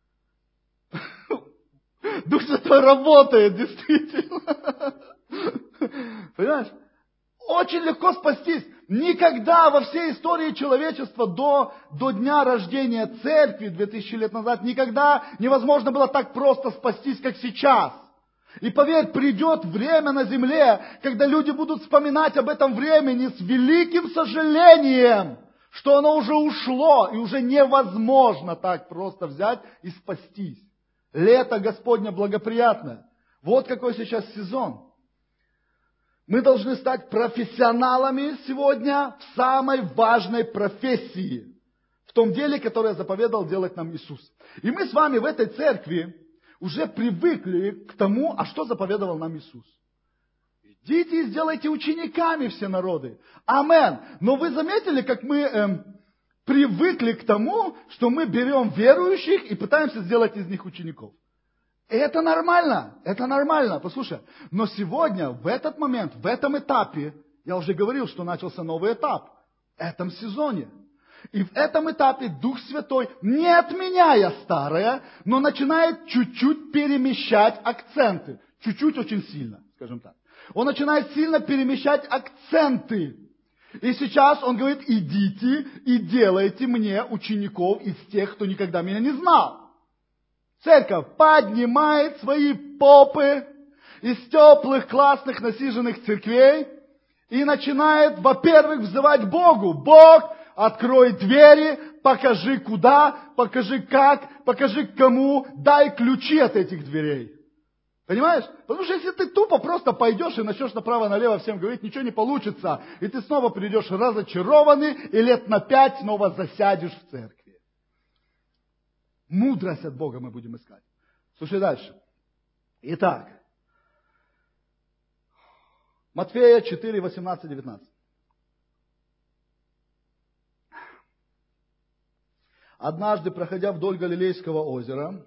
Дух Святой работает, действительно. Понимаешь? Очень легко спастись. Никогда во всей истории человечества до, до дня рождения церкви, две тысячи лет назад, никогда невозможно было так просто спастись, как сейчас. И поверь, придет время на земле, когда люди будут вспоминать об этом времени с великим сожалением, что оно уже ушло, и уже невозможно так просто взять и спастись. Лето Господне благоприятное. Вот какой сейчас сезон. Мы должны стать профессионалами сегодня в самой важной профессии, в том деле, которое заповедал делать нам Иисус. И мы с вами в этой церкви уже привыкли к тому, а что заповедовал нам Иисус. Идите и сделайте учениками все народы. Амен. Но вы заметили, как мы эм, привыкли к тому, что мы берем верующих и пытаемся сделать из них учеников. И это нормально, это нормально, послушай. Но сегодня, в этот момент, в этом этапе, я уже говорил, что начался новый этап, в этом сезоне. И в этом этапе Дух Святой, не отменяя старое, но начинает чуть-чуть перемещать акценты. Чуть-чуть очень сильно, скажем так. Он начинает сильно перемещать акценты. И сейчас он говорит, идите и делайте мне учеников из тех, кто никогда меня не знал. Церковь поднимает свои попы из теплых, классных, насиженных церквей и начинает, во-первых, взывать Богу. Бог, открой двери, покажи куда, покажи как, покажи кому, дай ключи от этих дверей. Понимаешь? Потому что если ты тупо просто пойдешь и начнешь направо-налево всем говорить, ничего не получится, и ты снова придешь разочарованный, и лет на пять снова засядешь в церкви. Мудрость от Бога мы будем искать. Слушай дальше. Итак, Матфея четыре, восемнадцать, девятнадцать. Однажды, проходя вдоль Галилейского озера,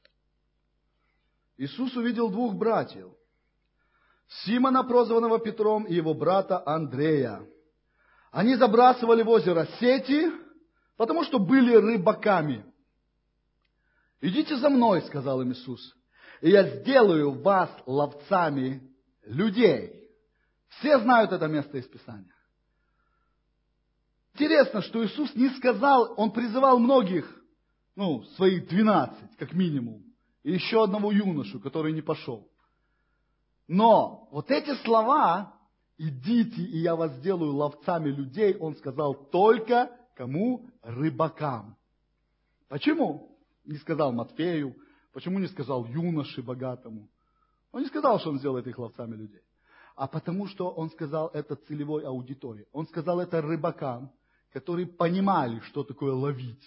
Иисус увидел двух братьев, Симона, прозванного Петром, и его брата Андрея. Они забрасывали в озеро сети, потому что были рыбаками. «Идите за мной, — сказал им Иисус, — и я сделаю вас ловцами людей». Все знают это место из Писания. Интересно, что Иисус не сказал, Он призывал многих, ну, своих двенадцать, как минимум, и еще одного юношу, который не пошел. Но вот эти слова, идите, и я вас сделаю ловцами людей, Он сказал только кому? Рыбакам. Почему? Не сказал Матфею, почему не сказал юноше богатому? Он не сказал, что он сделает их ловцами людей. А потому что он сказал это целевой аудитории. Он сказал это рыбакам, которые понимали, что такое ловить.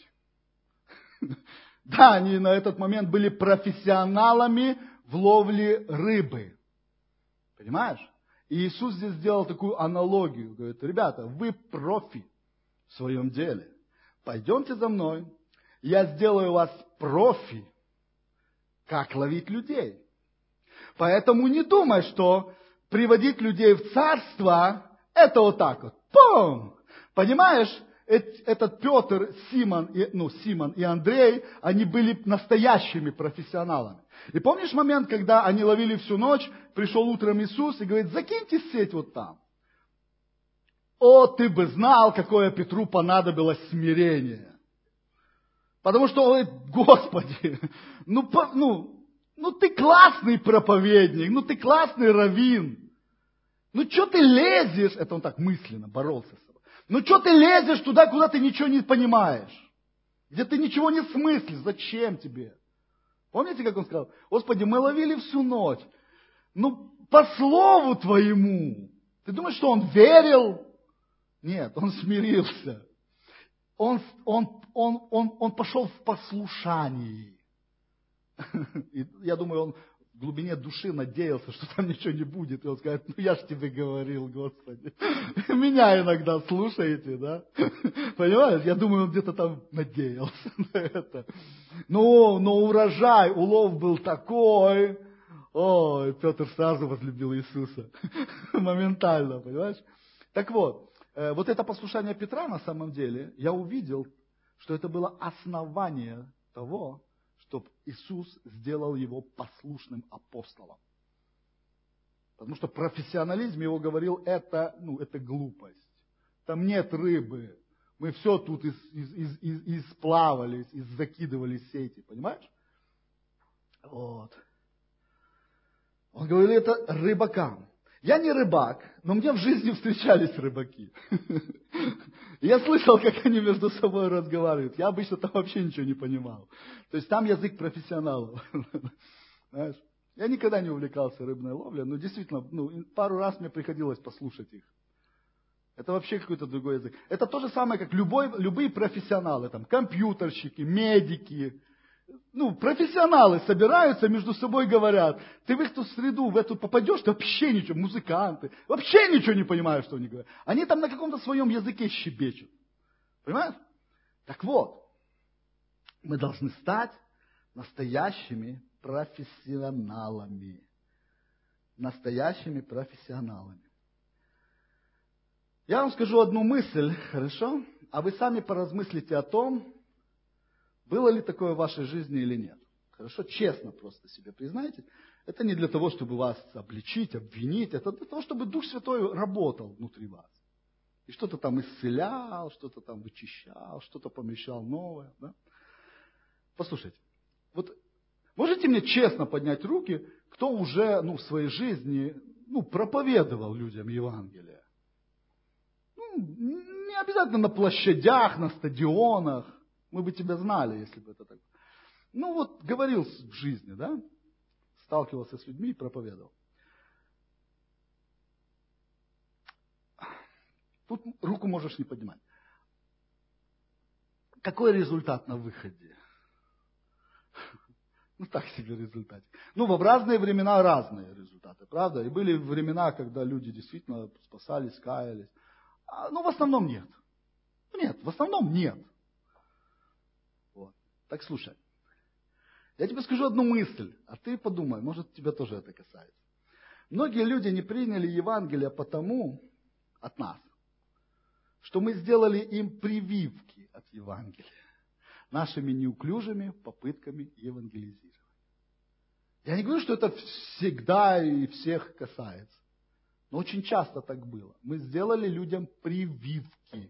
Да, они на этот момент были профессионалами в ловле рыбы. Понимаешь? И Иисус здесь сделал такую аналогию. Говорит, ребята, вы профи в своем деле. Пойдемте за мной, я сделаю вас профи, как ловить людей. Поэтому не думай, что приводить людей в царство, это вот так вот. Пум! Понимаешь, этот Петр, Симон, ну, Симон и Андрей, они были настоящими профессионалами. И помнишь момент, когда они ловили всю ночь, пришел утром Иисус и говорит, закиньте сеть вот там. О, ты бы знал, какое Петру понадобилось смирение. Потому что он говорит, Господи, ну, по, ну, ну ты классный проповедник, ну ты классный раввин. Ну что ты лезешь? Это он так мысленно боролся с собой. Ну что ты лезешь туда, куда ты ничего не понимаешь? Где ты ничего не смыслишь? Зачем тебе? Помните, как он сказал? Господи, мы ловили всю ночь. Ну, по слову твоему. Ты думаешь, что он верил? Нет, он смирился. Он, он, он, он, он пошел в послушании. И я думаю, он в глубине души надеялся, что там ничего не будет. И он скажет, ну я ж тебе говорил, Господи. Меня иногда слушаете, да? Понимаешь? Я думаю, он где-то там надеялся на это. Но, но урожай, улов был такой. Ой, Петр сразу возлюбил Иисуса. Моментально, понимаешь? Так вот. Вот это послушание Петра, на самом деле, я увидел, что это было основание того, чтобы Иисус сделал его послушным апостолом. Потому что профессионализм, его говорил, это, ну, это глупость. Там нет рыбы. Мы все тут из, из, из, из, исплавали, из, закидывали сети, понимаешь? Вот. Он говорил это рыбакам. Я не рыбак, но мне в жизни встречались рыбаки. Я слышал, как они между собой разговаривают. Я обычно там вообще ничего не понимал. То есть там язык профессионалов. Знаешь? Я никогда не увлекался рыбной ловлей, но действительно, ну, пару раз мне приходилось послушать их. Это вообще какой-то другой язык. Это то же самое, как любой, любые профессионалы, там, компьютерщики, медики. Ну, профессионалы собираются, между собой говорят. Ты в эту среду, в эту попадешь, ты вообще ничего, музыканты, вообще ничего не понимаешь, что они говорят. Они там на каком-то своем языке щебечут. Понимаешь? Так вот, мы должны стать настоящими профессионалами. Настоящими профессионалами. Я вам скажу одну мысль, хорошо? А вы сами поразмыслите о том, было ли такое в вашей жизни или нет. Хорошо? Честно просто себе признайте. Это не для того, чтобы вас обличить, обвинить. Это для того, чтобы Дух Святой работал внутри вас. И что-то там исцелял, что-то там вычищал, что-то помещал новое. Да? Послушайте. Вот можете мне честно поднять руки, кто уже ну, в своей жизни ну, проповедовал людям Евангелие? Ну, не обязательно на площадях, на стадионах. Мы бы тебя знали, если бы это так. Ну вот, говорил в жизни, да? Сталкивался с людьми и проповедовал. Тут руку можешь не поднимать. Какой результат на выходе? Ну так себе результат. Ну в разные времена разные результаты, правда? И были времена, когда люди действительно спасались, каялись. А, ну в основном нет. Нет, в основном нет. Так слушай, я тебе скажу одну мысль, а ты подумай, может тебя тоже это касается. Многие люди не приняли Евангелие потому, от нас, что мы сделали им прививки от Евангелия нашими неуклюжими попытками евангелизировать. Я не говорю, что это всегда и всех касается, но очень часто так было. Мы сделали людям прививки.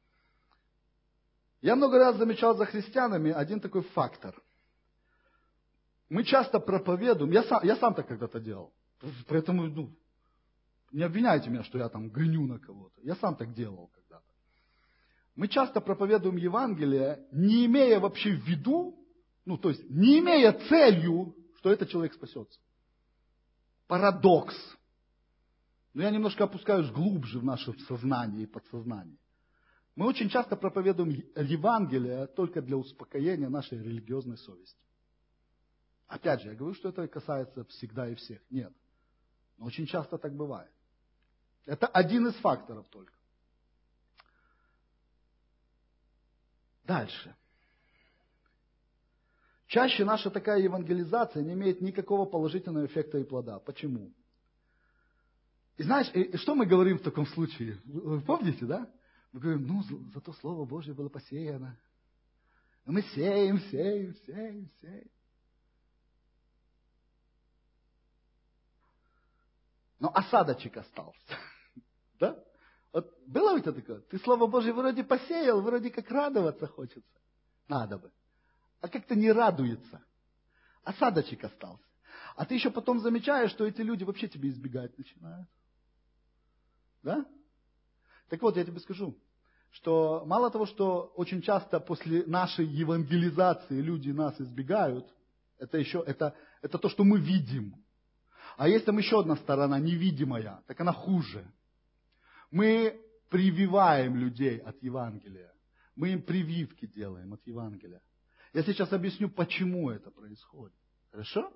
Я много раз замечал за христианами один такой фактор. Мы часто проповедуем, я сам, я сам так когда-то делал, поэтому ну, не обвиняйте меня, что я там гоню на кого-то. Я сам так делал когда-то. Мы часто проповедуем Евангелие, не имея вообще в виду, ну то есть не имея целью, что этот человек спасется. Парадокс. Но я немножко опускаюсь глубже в наше сознание и подсознание. Мы очень часто проповедуем Евангелие только для успокоения нашей религиозной совести. Опять же, я говорю, что это касается всегда и всех. Нет. Но очень часто так бывает. Это один из факторов только. Дальше. Чаще наша такая евангелизация не имеет никакого положительного эффекта и плода. Почему? И знаешь, и, и что мы говорим в таком случае? Вы помните, да? Мы говорим, ну, зато Слово Божье было посеяно. И мы сеем, сеем, сеем, сеем. Но осадочек остался. Да? Вот было у тебя такое? Ты Слово Божье вроде посеял, вроде как радоваться хочется. Надо бы. А как-то не радуется. Осадочек остался. А ты еще потом замечаешь, что эти люди вообще тебя избегать начинают. Да? Так вот, я тебе скажу, что мало того, что очень часто после нашей евангелизации люди нас избегают, это еще, это, это то, что мы видим. А есть там еще одна сторона, невидимая, так она хуже. Мы прививаем людей от Евангелия. Мы им прививки делаем от Евангелия. Я сейчас объясню, почему это происходит. Хорошо?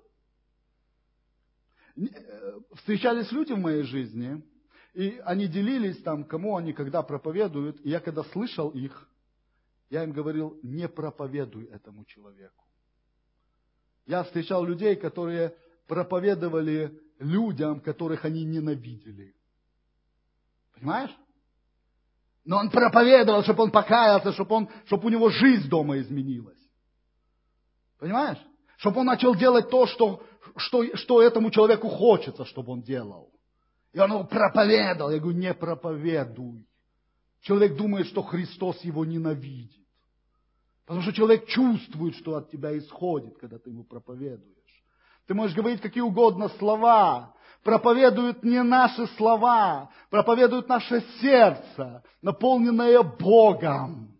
Встречались люди в моей жизни, и они делились там, кому они когда проповедуют. И я когда слышал их, я им говорил, не проповедуй этому человеку. Я встречал людей, которые проповедовали людям, которых они ненавидели. Понимаешь? Но он проповедовал, чтобы он покаялся, чтобы, он, чтобы у него жизнь дома изменилась. Понимаешь? Чтобы он начал делать то, что, что, что этому человеку хочется, чтобы он делал. И он его проповедовал. Я говорю, не проповедуй. Человек думает, что Христос его ненавидит. Потому что человек чувствует, что от тебя исходит, когда ты ему проповедуешь. Ты можешь говорить какие угодно слова. Проповедуют не наши слова. Проповедуют наше сердце, наполненное Богом.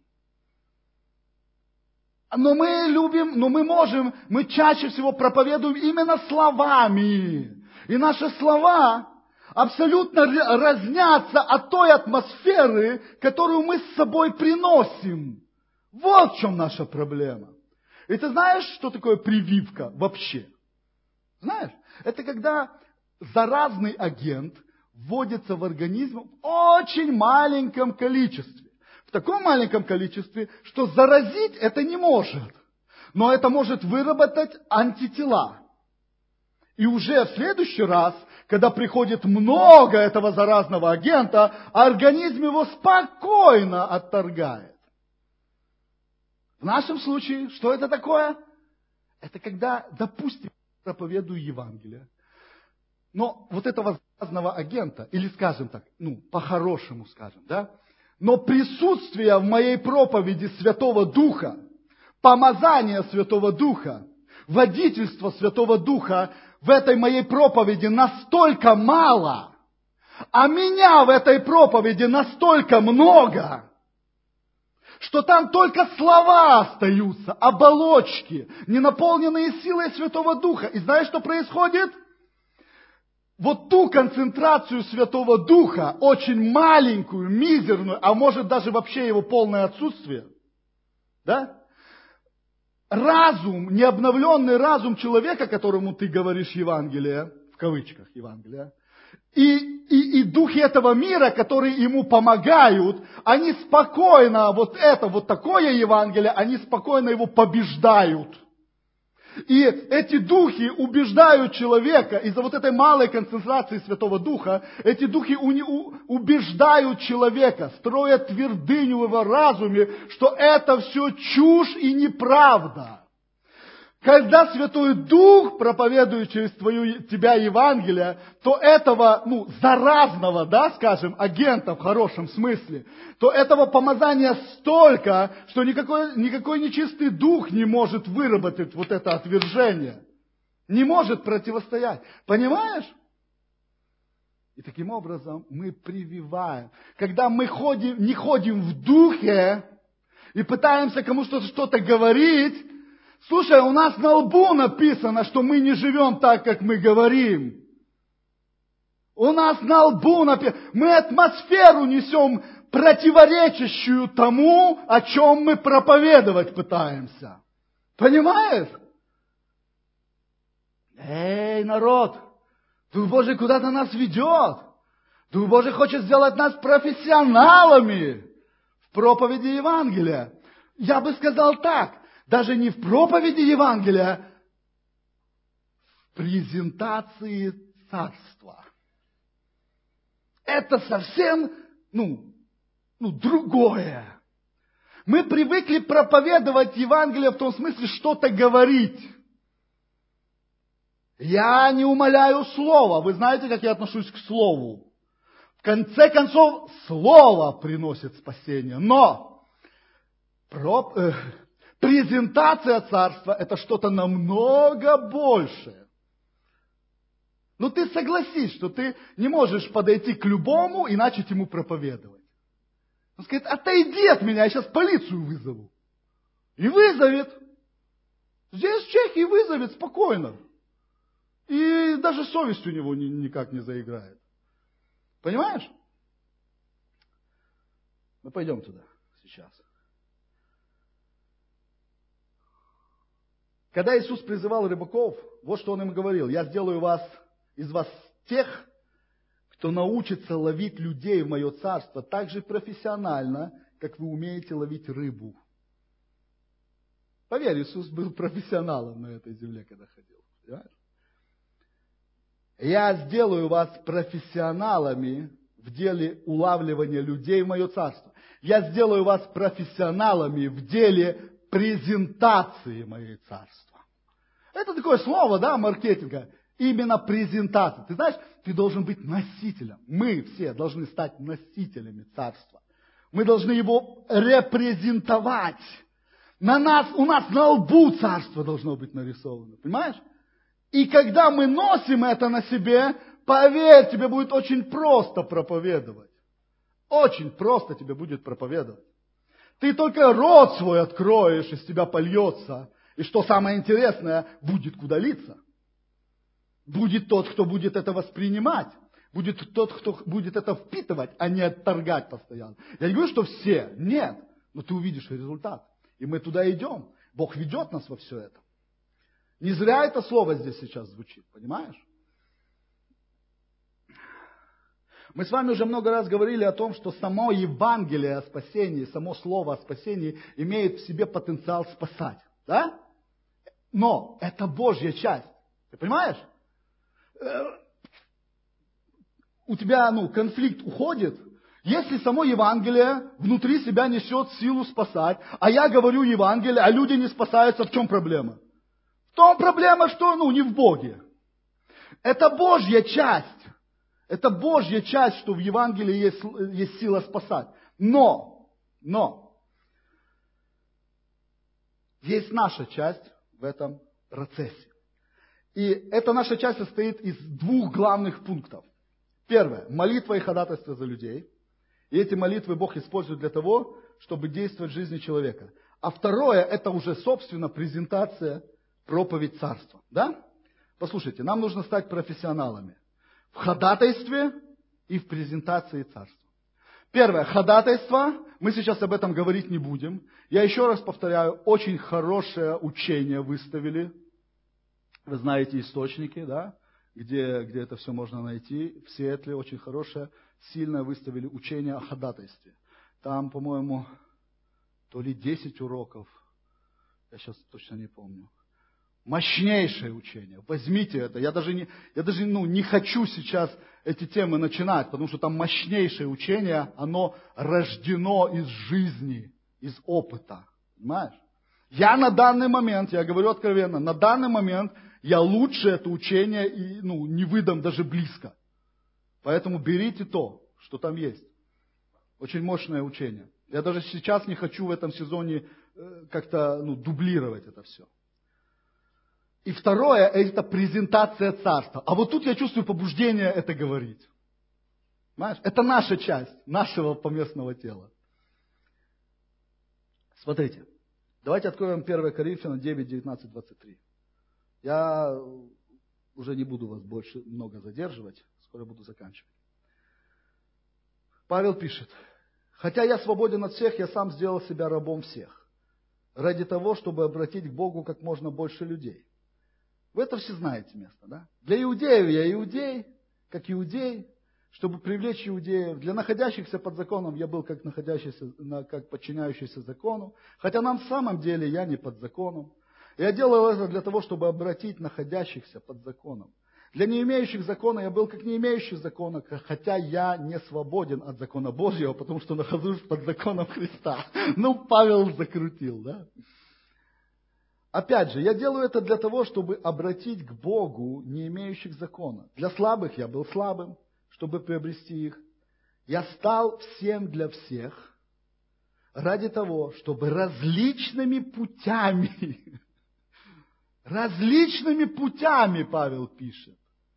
Но мы любим, но мы можем, мы чаще всего проповедуем именно словами. И наши слова абсолютно разнятся от той атмосферы, которую мы с собой приносим. Вот в чем наша проблема. И ты знаешь, что такое прививка вообще? Знаешь, это когда заразный агент вводится в организм в очень маленьком количестве. В таком маленьком количестве, что заразить это не может. Но это может выработать антитела. И уже в следующий раз, когда приходит много этого заразного агента, организм его спокойно отторгает. В нашем случае, что это такое? Это когда, допустим, проповедую Евангелие. Но вот этого заразного агента, или скажем так, ну, по-хорошему скажем, да, но присутствие в моей проповеди Святого Духа, помазание Святого Духа, водительство Святого Духа в этой моей проповеди настолько мало, а меня в этой проповеди настолько много, что там только слова остаются, оболочки, не наполненные силой Святого Духа. И знаешь, что происходит? Вот ту концентрацию Святого Духа, очень маленькую, мизерную, а может даже вообще его полное отсутствие, да? Разум, необновленный разум человека, которому ты говоришь Евангелие, в кавычках Евангелие, и, и, и духи этого мира, которые ему помогают, они спокойно, вот это, вот такое Евангелие, они спокойно его побеждают. И эти духи убеждают человека, из-за вот этой малой концентрации Святого Духа, эти духи убеждают человека, строят твердыню в его разуме, что это все чушь и неправда. Когда Святой Дух проповедует через твою, тебя Евангелие, то этого, ну, заразного, да, скажем, агента в хорошем смысле, то этого помазания столько, что никакой, никакой нечистый дух не может выработать вот это отвержение. Не может противостоять. Понимаешь? И таким образом мы прививаем. Когда мы ходим, не ходим в духе и пытаемся кому-то что-то говорить, слушай, у нас на лбу написано, что мы не живем так, как мы говорим. У нас на лбу написано, мы атмосферу несем противоречащую тому, о чем мы проповедовать пытаемся. Понимаешь? Эй, народ, Дух Божий куда-то нас ведет. Дух Божий хочет сделать нас профессионалами в проповеди Евангелия. Я бы сказал так, даже не в проповеди Евангелия, в презентации царства. Это совсем, ну, ну, другое. Мы привыкли проповедовать Евангелие в том смысле, что-то говорить. Я не умаляю слова. Вы знаете, как я отношусь к слову? В конце концов, слово приносит спасение. Но про, э, презентация царства – это что-то намного большее. Но ты согласись, что ты не можешь подойти к любому и начать ему проповедовать. Он скажет: отойди от меня, я сейчас полицию вызову. И вызовет. Здесь в Чехии вызовет спокойно. И даже совесть у него никак не заиграет. Понимаешь? Мы пойдем туда сейчас. Когда Иисус призывал рыбаков, вот что Он им говорил: я сделаю вас, из вас тех, кто научится ловить людей в мое царство так же профессионально, как вы умеете ловить рыбу. Поверь, Иисус был профессионалом на этой земле, когда ходил. Понимаешь? Я сделаю вас профессионалами в деле улавливания людей в мое царство. Я сделаю вас профессионалами в деле презентации моей царства. Это такое слово, да, маркетинга. Именно презентация. Ты знаешь, ты должен быть носителем. Мы все должны стать носителями царства. Мы должны его репрезентовать. На нас, у нас на лбу царство должно быть нарисовано. Понимаешь? И когда мы носим это на себе, поверь, тебе будет очень просто проповедовать. Очень просто тебе будет проповедовать. Ты только рот свой откроешь, из тебя польется. И что самое интересное, будет куда литься. Будет тот, кто будет это воспринимать. Будет тот, кто будет это впитывать, а не отторгать постоянно. Я не говорю, что все. Нет. Но ты увидишь результат. И мы туда идем. Бог ведет нас во все это. Не зря это слово здесь сейчас звучит. Понимаешь? Мы с вами уже много раз говорили о том, что само Евангелие о спасении, само слово о спасении имеет в себе потенциал спасать. Да? Но это Божья часть. Ты понимаешь? У тебя, ну, конфликт уходит, если само Евангелие внутри себя несет силу спасать, а я говорю Евангелие, а люди не спасаются, в чем проблема? В том проблема, что, ну, не в Боге. Это Божья часть. Это Божья часть, что в Евангелии есть, есть сила спасать. Но, но, есть наша часть в этом процессе. И эта наша часть состоит из двух главных пунктов. Первое. Молитва и ходатайство за людей. И эти молитвы Бог использует для того, чтобы действовать в жизни человека. А второе, это уже, собственно, презентация, проповедь царства. Да? Послушайте, нам нужно стать профессионалами в ходатайстве и в презентации царства. Первое. Ходатайство. Мы сейчас об этом говорить не будем. Я еще раз повторяю, очень хорошее учение выставили. Вы знаете источники, да, где, где это все можно найти. В Сиэтле очень хорошее, сильно выставили учение о ходатайстве. Там, по-моему, то ли десять уроков, я сейчас точно не помню. Мощнейшее учение. Возьмите это. Я даже, не, я даже ну, не хочу сейчас эти темы начинать, потому что там мощнейшее учение, оно рождено из жизни, из опыта. Понимаешь? Я на данный момент, я говорю откровенно, на данный момент я лучше это учение и, ну, не выдам даже близко. Поэтому берите то, что там есть. Очень мощное учение. Я даже сейчас не хочу в этом сезоне как-то ну, дублировать это все. И второе, это презентация царства. А вот тут я чувствую побуждение это говорить. Понимаешь? Это наша часть, нашего поместного тела. Смотрите. Давайте откроем первое Коринфянам девять, девятнадцать, двадцать три. Я уже не буду вас больше много задерживать, скоро буду заканчивать. Павел пишет: «Хотя я свободен от всех, я сам сделал себя рабом всех, ради того, чтобы обратить к Богу как можно больше людей. Вы это все знаете место, да? Для иудеев я иудей, как иудей, чтобы привлечь иудеев. Для находящихся под законом я был как находящийся, как подчиняющийся закону. Хотя на самом деле я не под законом. Я делал это для того, чтобы обратить находящихся под законом. Для не имеющих закона я был как не имеющий закона, хотя я не свободен от закона Божьего, потому что нахожусь под законом Христа. Ну, Павел закрутил, да? Опять же, я делаю это для того, чтобы обратить к Богу не имеющих закона. Для слабых я был слабым, чтобы приобрести их. Я стал всем для всех ради того, чтобы различными путями, различными путями, Павел пишет,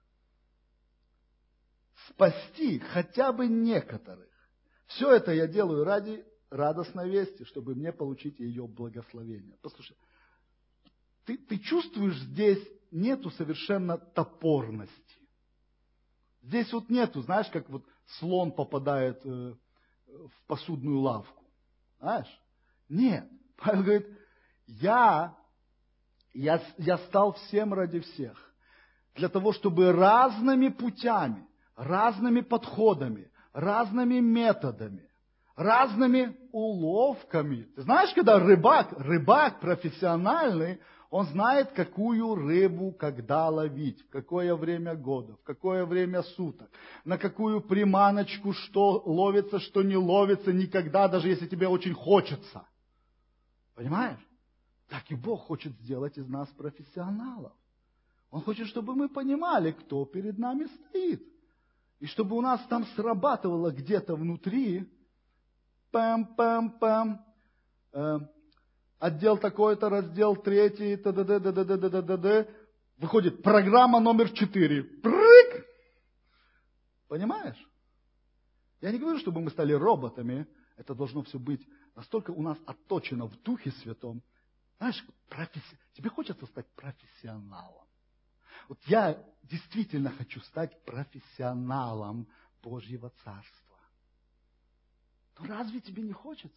спасти хотя бы некоторых. Все это я делаю ради радостной вести, чтобы мне получить ее благословение. Послушай, ты, ты чувствуешь, здесь нету совершенно топорности. Здесь вот нету, знаешь, как вот слон попадает э, в посудную лавку. Знаешь? Нет. Павел говорит, я, я, я стал всем ради всех. Для того, чтобы разными путями, разными подходами, разными методами, разными уловками. Ты знаешь, когда рыбак, рыбак профессиональный, он знает, какую рыбу когда ловить, в какое время года, в какое время суток, на какую приманочку что ловится, что не ловится никогда, даже если тебе очень хочется. Понимаешь? Так и Бог хочет сделать из нас профессионалов. Он хочет, чтобы мы понимали, кто перед нами стоит. И чтобы у нас там срабатывало где-то внутри, пам-пам-пам, э, отдел такой-то, раздел третий, т.д.д. Выходит программа номер четыре. Прыг! Понимаешь? Я не говорю, чтобы мы стали роботами. Это должно все быть настолько у нас отточено в Духе Святом. Знаешь, професси... тебе хочется стать профессионалом. Вот я действительно хочу стать профессионалом Божьего Царства. Но разве тебе не хочется?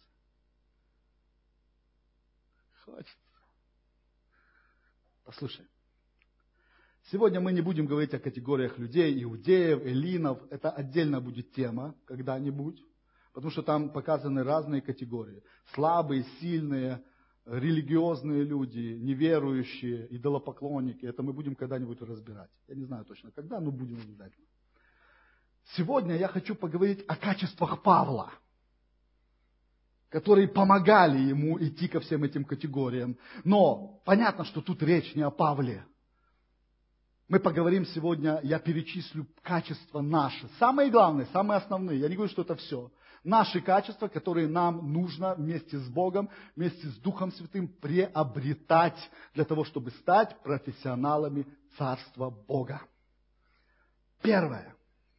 Хочется. Послушай, сегодня мы не будем говорить о категориях людей, иудеев, эллинов. Это отдельно будет тема когда-нибудь, потому что там показаны разные категории. Слабые, сильные, религиозные люди, неверующие, идолопоклонники. Это мы будем когда-нибудь разбирать. Я не знаю точно когда, но будем обязательно. Сегодня я хочу поговорить о качествах Павла, которые помогали ему идти ко всем этим категориям. Но понятно, что тут речь не о Павле. Мы поговорим сегодня, я перечислю качества наши. Самые главные, самые основные. Я не говорю, что это все. Наши качества, которые нам нужно вместе с Богом, вместе с Духом Святым приобретать для того, чтобы стать профессионалами Царства Бога. Первое.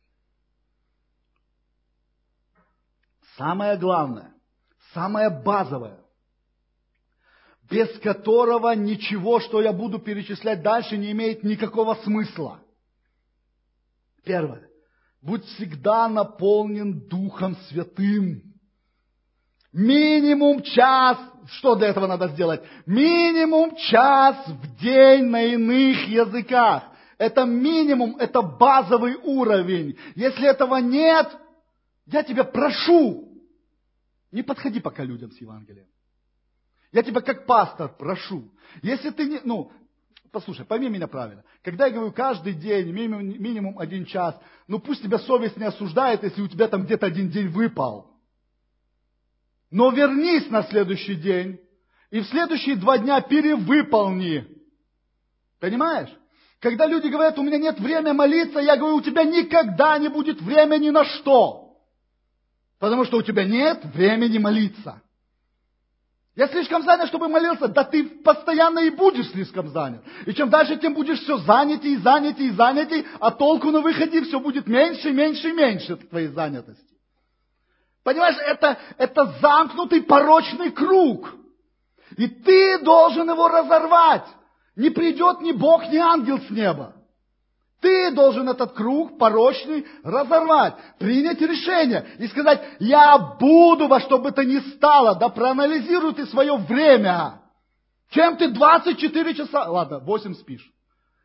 Самое главное. Самое базовое, без которого ничего, что я буду перечислять дальше, не имеет никакого смысла. Первое. Будь всегда наполнен Духом Святым. Минимум час, что для этого надо сделать? Минимум час в день на иных языках. Это минимум, это базовый уровень. Если этого нет, я тебя прошу, не подходи пока людям с Евангелием. Я тебя как пастор прошу. Если ты не... Ну, послушай, пойми меня правильно. Когда я говорю каждый день, минимум, минимум один час, ну пусть тебя совесть не осуждает, если у тебя там где-то один день выпал. Но вернись на следующий день и в следующие два дня перевыполни. Понимаешь? Когда люди говорят, у меня нет времени молиться, я говорю, у тебя никогда не будет времени на что. Потому что у тебя нет времени молиться. Я слишком занят, чтобы молиться. Да ты постоянно и будешь слишком занят. И чем дальше, тем будешь все занятый, и занятый, и занятый, а толку на выходе все будет меньше, меньше и меньше твоей занятости. Понимаешь, это, это замкнутый порочный круг. И ты должен его разорвать. Не придет ни Бог, ни ангел с неба. Ты должен этот круг порочный разорвать, принять решение и сказать, я буду во что бы то ни стало, да проанализируй ты свое время. Чем ты двадцать четыре часа, ладно, восемь спишь.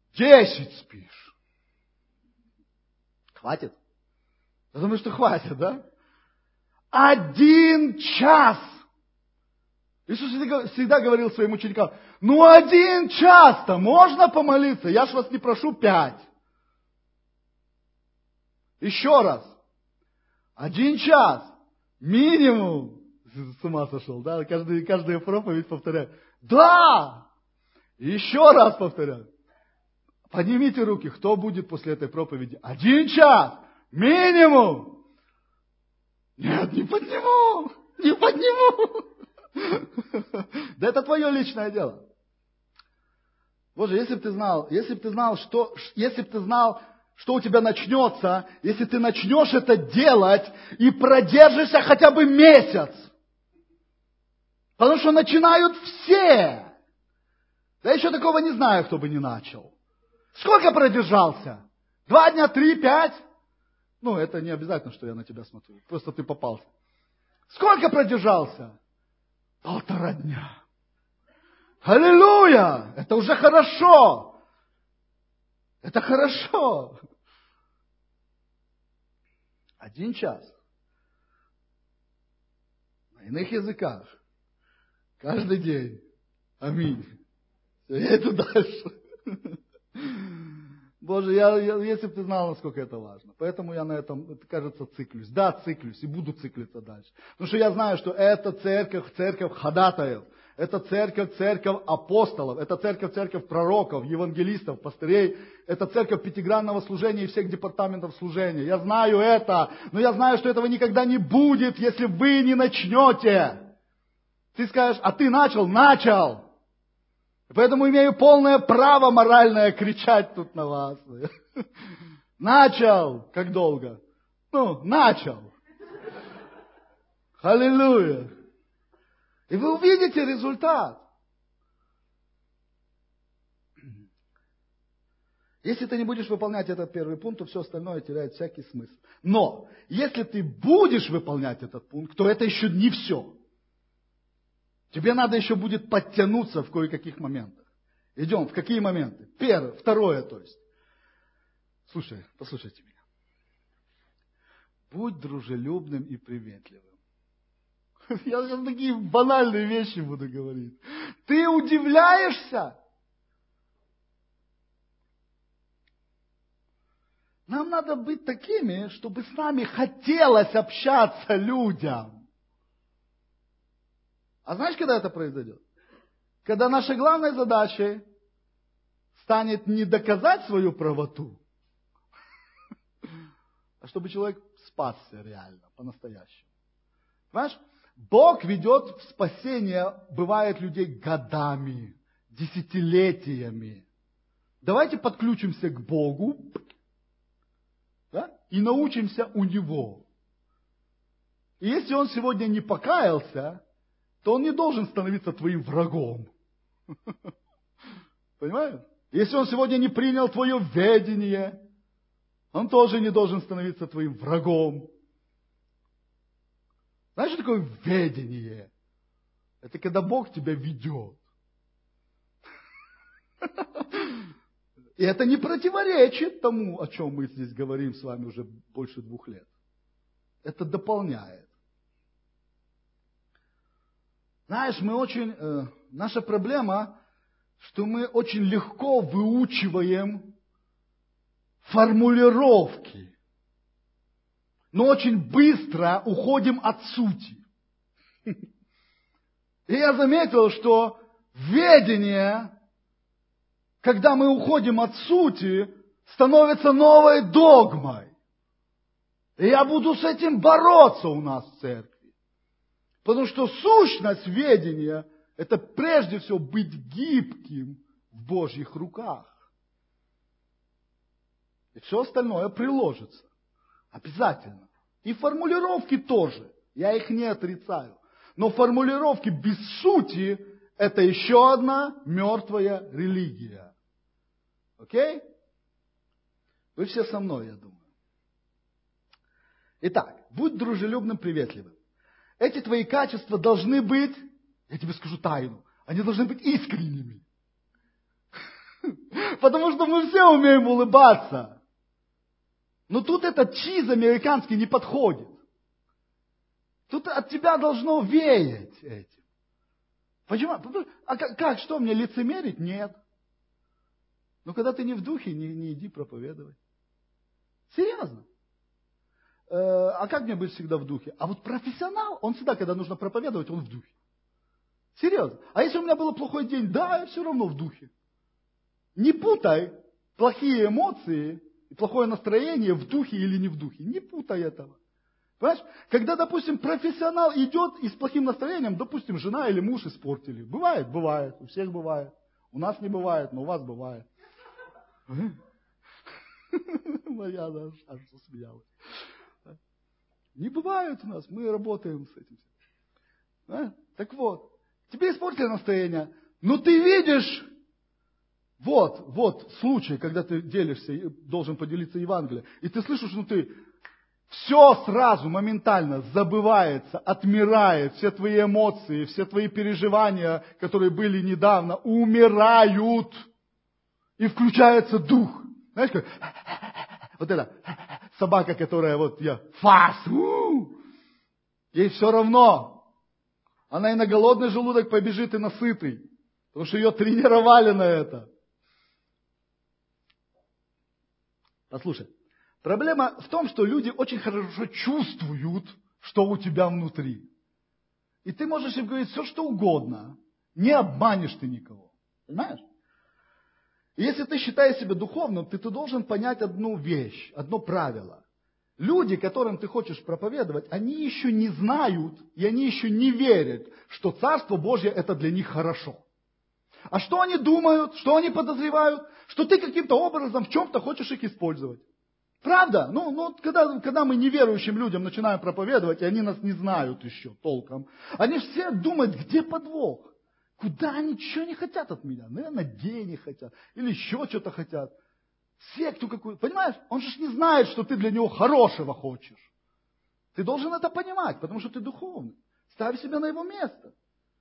десять спишь. Хватит? Я думаю, что хватит, да? Один час. Иисус всегда говорил своим ученикам, ну один час-то можно помолиться? Я ж вас не прошу пять. Еще раз. Один час. Минимум. С ума сошел, да? Каждый, каждая проповедь повторяет. Да! Еще раз повторяю. Поднимите руки, кто будет после этой проповеди? Один час. Минимум. Нет, не подниму. Не подниму. Да это твое личное дело. Боже, если бы ты знал, если бы ты знал, что, если бы ты знал, что у тебя начнется, если ты начнешь это делать и продержишься хотя бы месяц. Потому что начинают все. Да еще такого не знаю, кто бы не начал. Сколько продержался? Два дня, три, пять? Ну, это не обязательно, что я на тебя смотрю. Просто ты попался. Сколько продержался? Полтора дня. Аллилуйя! Это уже хорошо. Это хорошо. Один час. На иных языках. Каждый день. Аминь. Я иду дальше. Боже, я, я, если бы ты знал, насколько это важно. Поэтому я на этом, это, кажется, циклюсь. Да, циклюсь и буду циклиться дальше. Потому что я знаю, что это церковь, церковь ходатаев. Это церковь, церковь апостолов. Это церковь, церковь пророков, евангелистов, пастырей. Это церковь пятигранного служения и всех департаментов служения. Я знаю это, но я знаю, что этого никогда не будет, если вы не начнете. Ты скажешь, а ты начал? Начал! Поэтому имею полное право моральное кричать тут на вас. Начал. Как долго? Ну, начал. Аллилуйя. И вы увидите результат. Если ты не будешь выполнять этот первый пункт, то все остальное теряет всякий смысл. Но, если ты будешь выполнять этот пункт, то это еще не все. Тебе надо еще будет подтянуться в кое-каких моментах. Идем, в какие моменты? Первое, второе, то есть. Слушай, послушайте меня. Будь дружелюбным и приветливым. Я сейчас такие банальные вещи буду говорить. Ты удивляешься? Нам надо быть такими, чтобы с нами хотелось общаться людям. А знаешь, когда это произойдет? Когда нашей главной задачей станет не доказать свою правоту, а чтобы человек спасся реально, по-настоящему. Понимаешь? Бог ведет в спасение, бывает, людей годами, десятилетиями. Давайте подключимся к Богу, да, и научимся у Него. И если он сегодня не покаялся, то он не должен становиться твоим врагом. Понимаешь? Если он сегодня не принял твое ведение, он тоже не должен становиться твоим врагом. Знаешь, что такое ведение? Это когда Бог тебя ведет. И это не противоречит тому, о чем мы здесь говорим с вами уже больше двух лет. Это дополняет. Знаешь, мы очень, э, наша проблема, что мы очень легко выучиваем формулировки, но очень быстро уходим от сути. И я заметил, что ведение, когда мы уходим от сути, становится новой догмой. И я буду с этим бороться у нас в церкви. Потому что сущность ведения – это прежде всего быть гибким в Божьих руках. И все остальное приложится. Обязательно. И формулировки тоже. Я их не отрицаю. Но формулировки без сути – это еще одна мертвая религия. Окей? Вы все со мной, я думаю. Итак, будь дружелюбным, приветливым. Эти твои качества должны быть, я тебе скажу тайну, они должны быть искренними. Потому что мы все умеем улыбаться. Но тут этот чиз американский не подходит. Тут от тебя должно веять этим. Почему? А как, как, что, мне лицемерить? Нет. Но когда ты не в духе, не, не иди проповедовать. Серьезно. Э, а как мне быть всегда в духе? А вот профессионал, он всегда, когда нужно проповедовать, он в духе. Серьезно. А если у меня был плохой день, да, я все равно в духе. Не путай плохие эмоции и плохое настроение в духе или не в духе. Не путай этого. Понимаешь? Когда, допустим, профессионал идет и с плохим настроением, допустим, жена или муж испортили. Бывает? Бывает. У всех бывает. У нас не бывает, но у вас бывает. Моя аж засмеялась. Не бывает у нас, мы работаем с этим. Так вот, тебе испортили настроение, но ты видишь, вот, вот случай, когда ты делишься, должен поделиться Евангелием, и ты слышишь внутри, все сразу, моментально забывается, отмирает, все твои эмоции, все твои переживания, которые были недавно, умирают. И включается дух. Знаешь, как вот эта собака, которая вот я, фас, у-у-у. Ей все равно. Она и на голодный желудок побежит, и на сытый. Потому что ее тренировали на это. Послушай. Проблема в том, что люди очень хорошо чувствуют, что у тебя внутри. И ты можешь им говорить все, что угодно. Не обманешь ты никого. Понимаешь? И если ты считаешь себя духовным, ты, ты должен понять одну вещь, одно правило. Люди, которым ты хочешь проповедовать, они еще не знают, и они еще не верят, что Царство Божье это для них хорошо. А что они думают, что они подозревают? Что ты каким-то образом в чем-то хочешь их использовать. Правда? Ну, ну когда, когда мы неверующим людям начинаем проповедовать, и они нас не знают еще толком, они все думают, где подвох? Куда они, чего не хотят от меня? Наверное, денег хотят, или еще что-то хотят. Секту какую, понимаешь? Он же не знает, что ты для него хорошего хочешь. Ты должен это понимать, потому что ты духовный. Ставь себя на его место.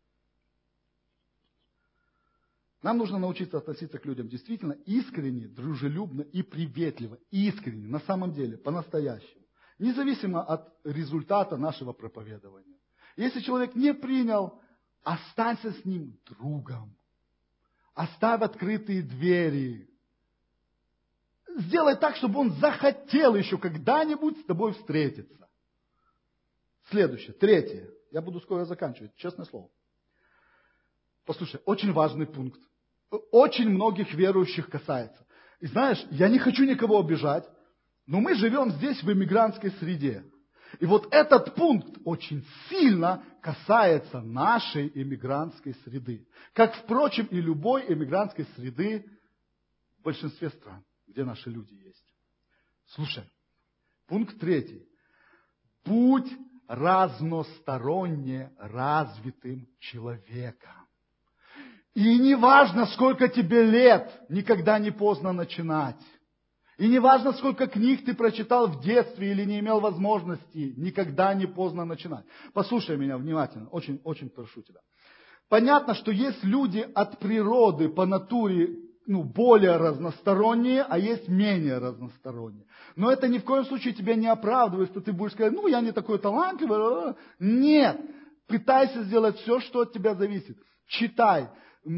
Нам нужно научиться относиться к людям действительно искренне, дружелюбно и приветливо. Искренне, на самом деле, по-настоящему. Независимо от результата нашего проповедования. Если человек не принял, останься с ним другом. Оставь открытые двери. Сделай так, чтобы он захотел еще когда-нибудь с тобой встретиться. Следующее, третье. Я буду скоро заканчивать, честное слово. Послушай, очень важный пункт. Очень многих верующих касается. И знаешь, я не хочу никого обижать, но мы живем здесь в эмигрантской среде. И вот этот пункт очень сильно касается нашей эмигрантской среды. Как, впрочем, и любой эмигрантской среды в большинстве стран, где наши люди есть. Слушай, пункт третий. Будь разносторонне развитым человеком. И не важно, сколько тебе лет, никогда не поздно начинать. И не важно, сколько книг ты прочитал в детстве или не имел возможности, никогда не поздно начинать. Послушай меня внимательно, очень, очень прошу тебя. Понятно, что есть люди от природы по натуре ну, более разносторонние, а есть менее разносторонние. Но это ни в коем случае тебя не оправдывает, что ты будешь сказать, ну, я не такой талантливый. Нет, пытайся сделать все, что от тебя зависит. Читай.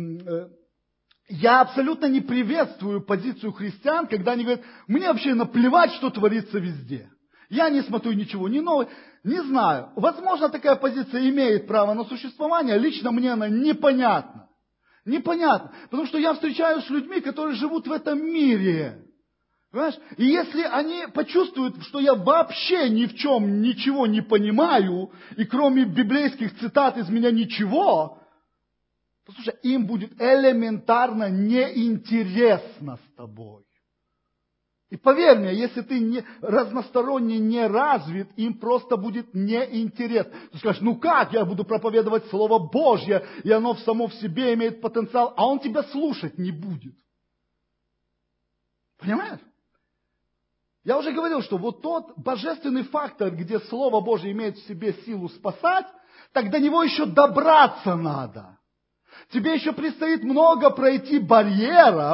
Я абсолютно не приветствую позицию христиан, когда они говорят, мне вообще наплевать, что творится везде. Я не смотрю ничего, не новое. Не знаю. Возможно, такая позиция имеет право на существование. Лично мне она непонятна. Непонятно. Потому что я встречаюсь с людьми, которые живут в этом мире. Понимаешь? И если они почувствуют, что я вообще ни в чем ничего не понимаю, и кроме библейских цитат из меня ничего, послушай, им будет элементарно неинтересно с тобой. И поверь мне, если ты не, разносторонне не развит, им просто будет неинтересно. Ты скажешь, ну как я буду проповедовать Слово Божье, и оно само в себе имеет потенциал, а он тебя слушать не будет. Понимаешь? Я уже говорил, что вот тот божественный фактор, где Слово Божье имеет в себе силу спасать, так до него еще добраться надо. Тебе еще предстоит много пройти барьеров,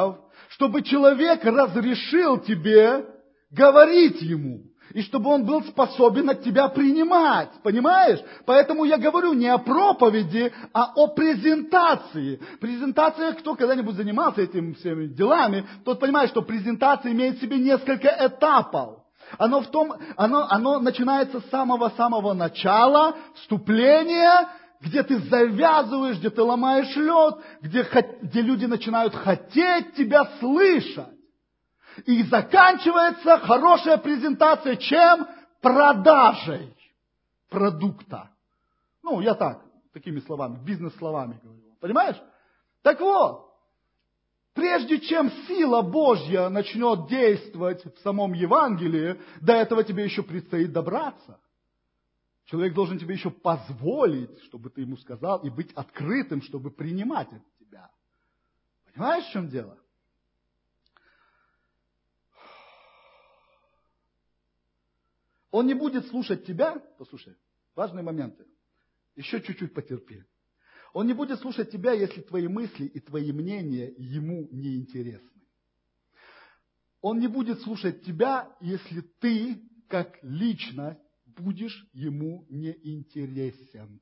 чтобы человек разрешил тебе говорить ему. И чтобы он был способен от тебя принимать. Понимаешь? Поэтому я говорю не о проповеди, а о презентации. Презентация, кто когда-нибудь занимался этими всеми делами, тот понимает, что презентация имеет в себе несколько этапов. Оно, в том, оно, оно начинается с самого-самого начала, вступления, где ты завязываешь, где ты ломаешь лед, где, где люди начинают хотеть тебя слышать. И заканчивается хорошая презентация чем? Продажей продукта. Ну, я так, такими словами, бизнес-словами говорю. Понимаешь? Так вот, прежде чем сила Божья начнет действовать в самом Евангелии, до этого тебе еще предстоит добраться. Человек должен тебе еще позволить, чтобы ты ему сказал, и быть открытым, чтобы принимать от тебя. Понимаешь, в чем дело? Он не будет слушать тебя, послушай, важные моменты, еще чуть-чуть потерпи. Он не будет слушать тебя, если твои мысли и твои мнения ему не интересны. Он не будет слушать тебя, если ты, как личность, будешь ему не интересен.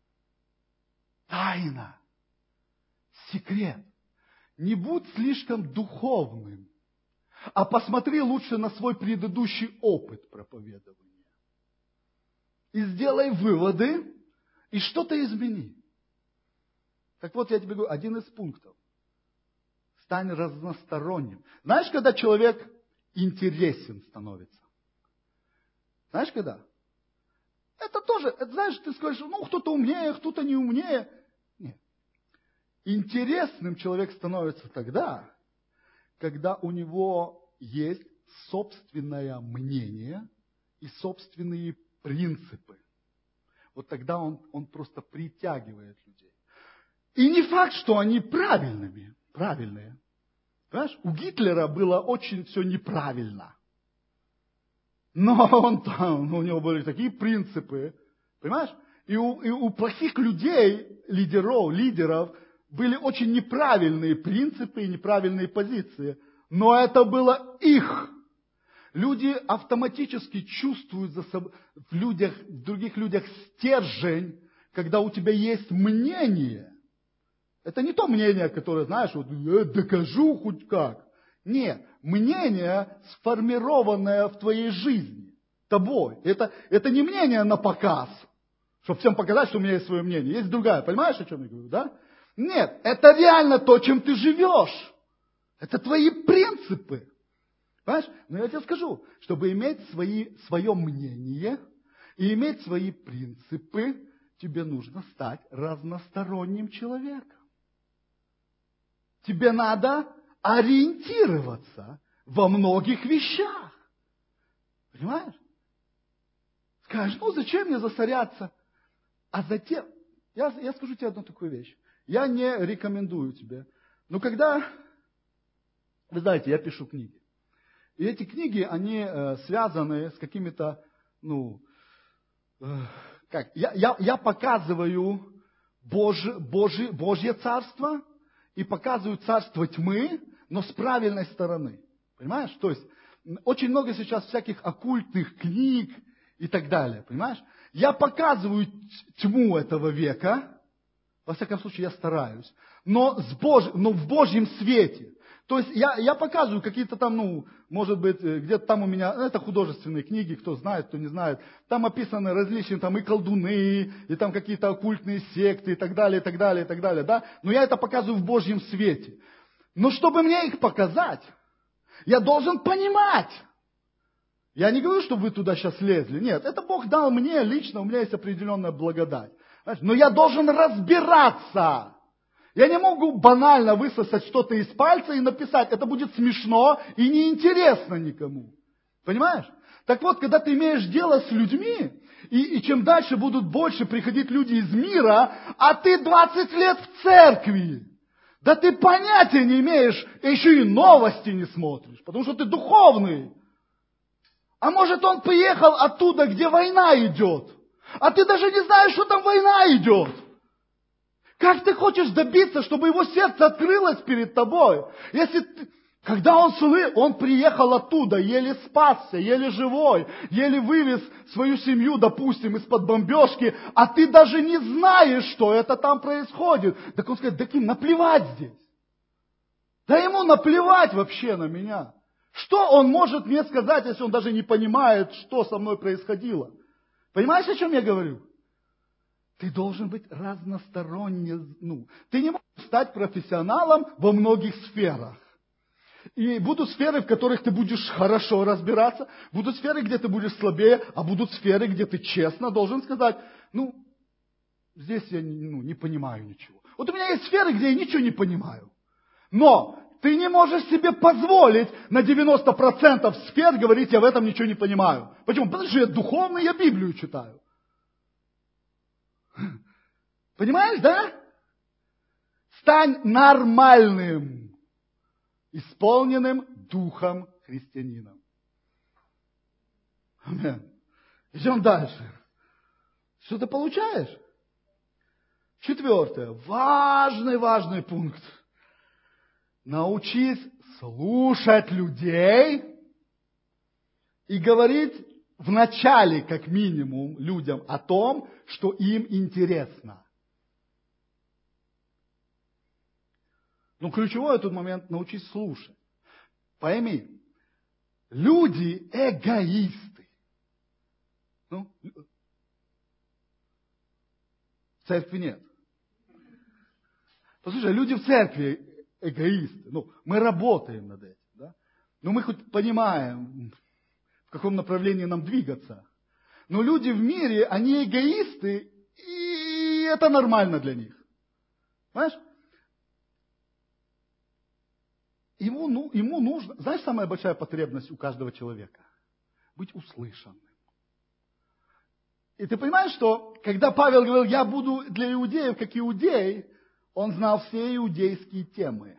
Тайна, секрет. Не будь слишком духовным. А посмотри лучше на свой предыдущий опыт проповедования. И сделай выводы, и что-то измени. Так вот, я тебе говорю, один из пунктов. Стань разносторонним. Знаешь, когда человек интересен становится? Знаешь, когда? Это тоже, это, знаешь, ты скажешь, ну, кто-то умнее, кто-то не умнее. Нет. Интересным человек становится тогда, когда у него есть собственное мнение и собственные принципы. Вот тогда он, он просто притягивает людей. И не факт, что они правильными, правильные. Понимаешь, у Гитлера было очень все неправильно. Но он там, у него были такие принципы. Понимаешь? И у, и у плохих людей, лидеров, лидеров, были очень неправильные принципы и неправильные позиции. Но это было их. Люди автоматически чувствуют за собой, в, людях, в других людях стержень, когда у тебя есть мнение. Это не то мнение, которое, знаешь, вот, я докажу хоть как. Нет, мнение, сформированное в твоей жизни, тобой. Это, это не мнение на показ, чтобы всем показать, что у меня есть свое мнение. Есть другая, понимаешь, о чем я говорю, да? Нет, это реально то, чем ты живешь. Это твои принципы. Понимаешь? Но я тебе скажу, чтобы иметь свои, свое мнение и иметь свои принципы, тебе нужно стать разносторонним человеком. Тебе надо ориентироваться во многих вещах. Понимаешь? Скажешь, ну зачем мне засоряться? А затем, я, я скажу тебе одну такую вещь. Я не рекомендую тебе. Но когда, вы знаете, я пишу книги. И эти книги, они э, связаны с какими-то, ну, э, как, я, я, я показываю Божь, Божье, Божье царство и показываю царство тьмы, но с правильной стороны. Понимаешь? То есть, очень много сейчас всяких оккультных книг и так далее. Понимаешь? Я показываю тьму этого века, во всяком случае, я стараюсь, но, с Бож... но в Божьем свете. То есть я, я показываю какие-то там, ну, может быть, где-то там у меня, это художественные книги, кто знает, кто не знает. Там описаны различные там и колдуны, и там какие-то оккультные секты, и так далее, и так далее, и так далее, да. Но я это показываю в Божьем свете. Но чтобы мне их показать, я должен понимать. Я не говорю, чтобы вы туда сейчас лезли. Нет, это Бог дал мне лично, у меня есть определенная благодать. Но я должен разбираться. Я не могу банально высосать что-то из пальца и написать. Это будет смешно и неинтересно никому. Понимаешь? Так вот, когда ты имеешь дело с людьми, и, и чем дальше будут больше приходить люди из мира, а ты двадцать лет в церкви, да ты понятия не имеешь, и еще и новости не смотришь, потому что ты духовный. А может, он приехал оттуда, где война идет, а ты даже не знаешь, что там война идет. Как ты хочешь добиться, чтобы его сердце открылось перед тобой, если ты, Когда он слы, он приехал оттуда, еле спасся, еле живой, еле вывез свою семью, допустим, из-под бомбежки, а ты даже не знаешь, что это там происходит. Так он сказал, да им наплевать здесь. Да ему наплевать вообще на меня. Что он может мне сказать, если он даже не понимает, что со мной происходило? Понимаешь, о чем я говорю? Ты должен быть разносторонне, ну, ты не можешь стать профессионалом во многих сферах. И будут сферы, в которых ты будешь хорошо разбираться, будут сферы, где ты будешь слабее, а будут сферы, где ты честно должен сказать, ну, здесь я ну, не понимаю ничего. Вот у меня есть сферы, где я ничего не понимаю. Но ты не можешь себе позволить на девяносто процентов сфер говорить, я в этом ничего не понимаю. Почему? Потому что я духовный, я Библию читаю. Понимаешь, да? Стань нормальным, исполненным духом христианином. Аминь. Идем дальше. Что ты получаешь? Четвертое. Важный, важный пункт. Научись слушать людей и говорить вначале, как минимум, людям о том, что им интересно. Но ключевой тут момент – научись слушать. Пойми, люди эгоисты. Ну, в церкви нет. Послушай, люди в церкви эгоисты. Ну, мы работаем над этим, да? Но мы хоть понимаем, в каком направлении нам двигаться. Но люди в мире, они эгоисты, и это нормально для них. Понимаешь? Ему, ну, ему нужно... Знаешь, самая большая потребность у каждого человека? Быть услышанным. И ты понимаешь, что когда Павел говорил, я буду для иудеев как иудей, он знал все иудейские темы.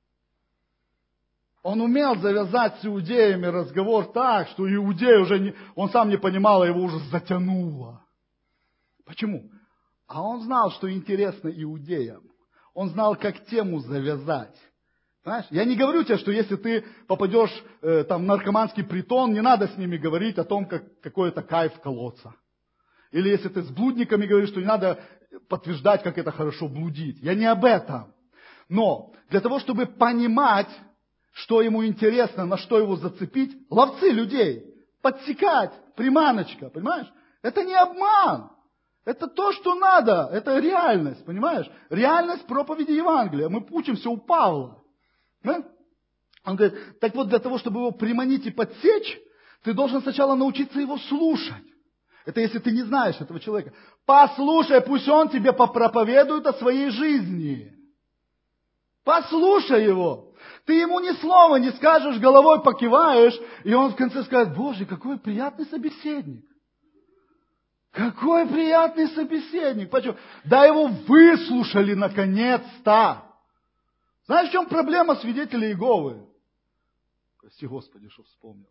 Он умел завязать с иудеями разговор так, что иудей уже не, он сам не понимал, а его уже затянуло. Почему? А он знал, что интересно иудеям. Он знал, как тему завязать. Знаешь, я не говорю тебе, что если ты попадешь э, там, в наркоманский притон, не надо с ними говорить о том, как какой-то кайф колоться. Или если ты с блудниками говоришь, что не надо подтверждать, как это хорошо блудить. Я не об этом. Но для того, чтобы понимать, что ему интересно, на что его зацепить, ловцы людей, подсекать, приманочка, понимаешь? Это не обман. Это то, что надо. Это реальность, понимаешь? Реальность проповеди Евангелия. Мы учимся у Павла. Да? Он говорит, так вот для того, чтобы его приманить и подсечь, ты должен сначала научиться его слушать. Это если ты не знаешь этого человека. Послушай, пусть он тебе попроповедует о своей жизни. Послушай его. Ты ему ни слова не скажешь, головой покиваешь, и он в конце скажет, Боже, какой приятный собеседник. Какой приятный собеседник. Почему? Да его выслушали наконец-то. Знаешь, в чем проблема свидетелей Иеговы? Прости, Господи, что вспомнил.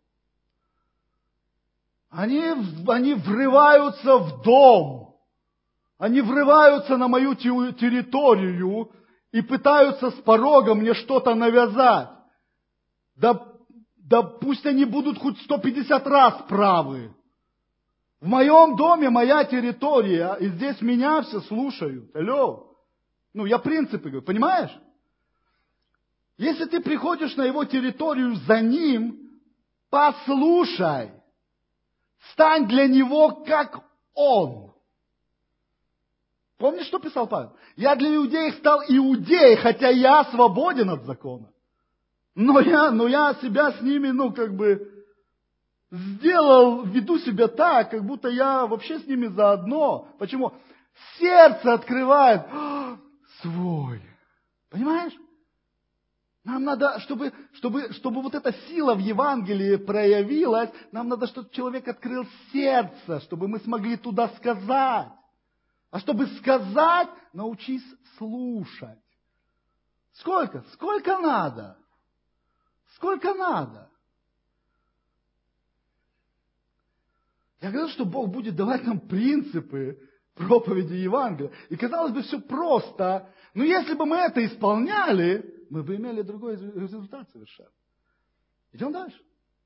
Они, они врываются в дом. Они врываются на мою территорию и пытаются с порога мне что-то навязать. Да, да пусть они будут хоть сто пятьдесят раз правы. В моем доме моя территория, и здесь меня все слушают. Алло. Ну, я принципы говорю, понимаешь? Если ты приходишь на его территорию за ним, послушай. Стань для него, как он. Помнишь, что писал Павел? Я для иудеев стал иудеей, хотя я свободен от закона. Но я, но я себя с ними, ну, как бы, сделал, веду себя так, как будто я вообще с ними заодно. Почему? Сердце открывает. Свой. Понимаешь? Нам надо, чтобы, чтобы, чтобы вот эта сила в Евангелии проявилась, нам надо, чтобы человек открыл сердце, чтобы мы смогли туда сказать. А чтобы сказать, научись слушать. Сколько? Сколько надо? Сколько надо? Я говорил, что Бог будет давать нам принципы проповеди Евангелия. И казалось бы, все просто. Но если бы мы это исполняли, мы бы имели другой результат совершенно. Идем дальше.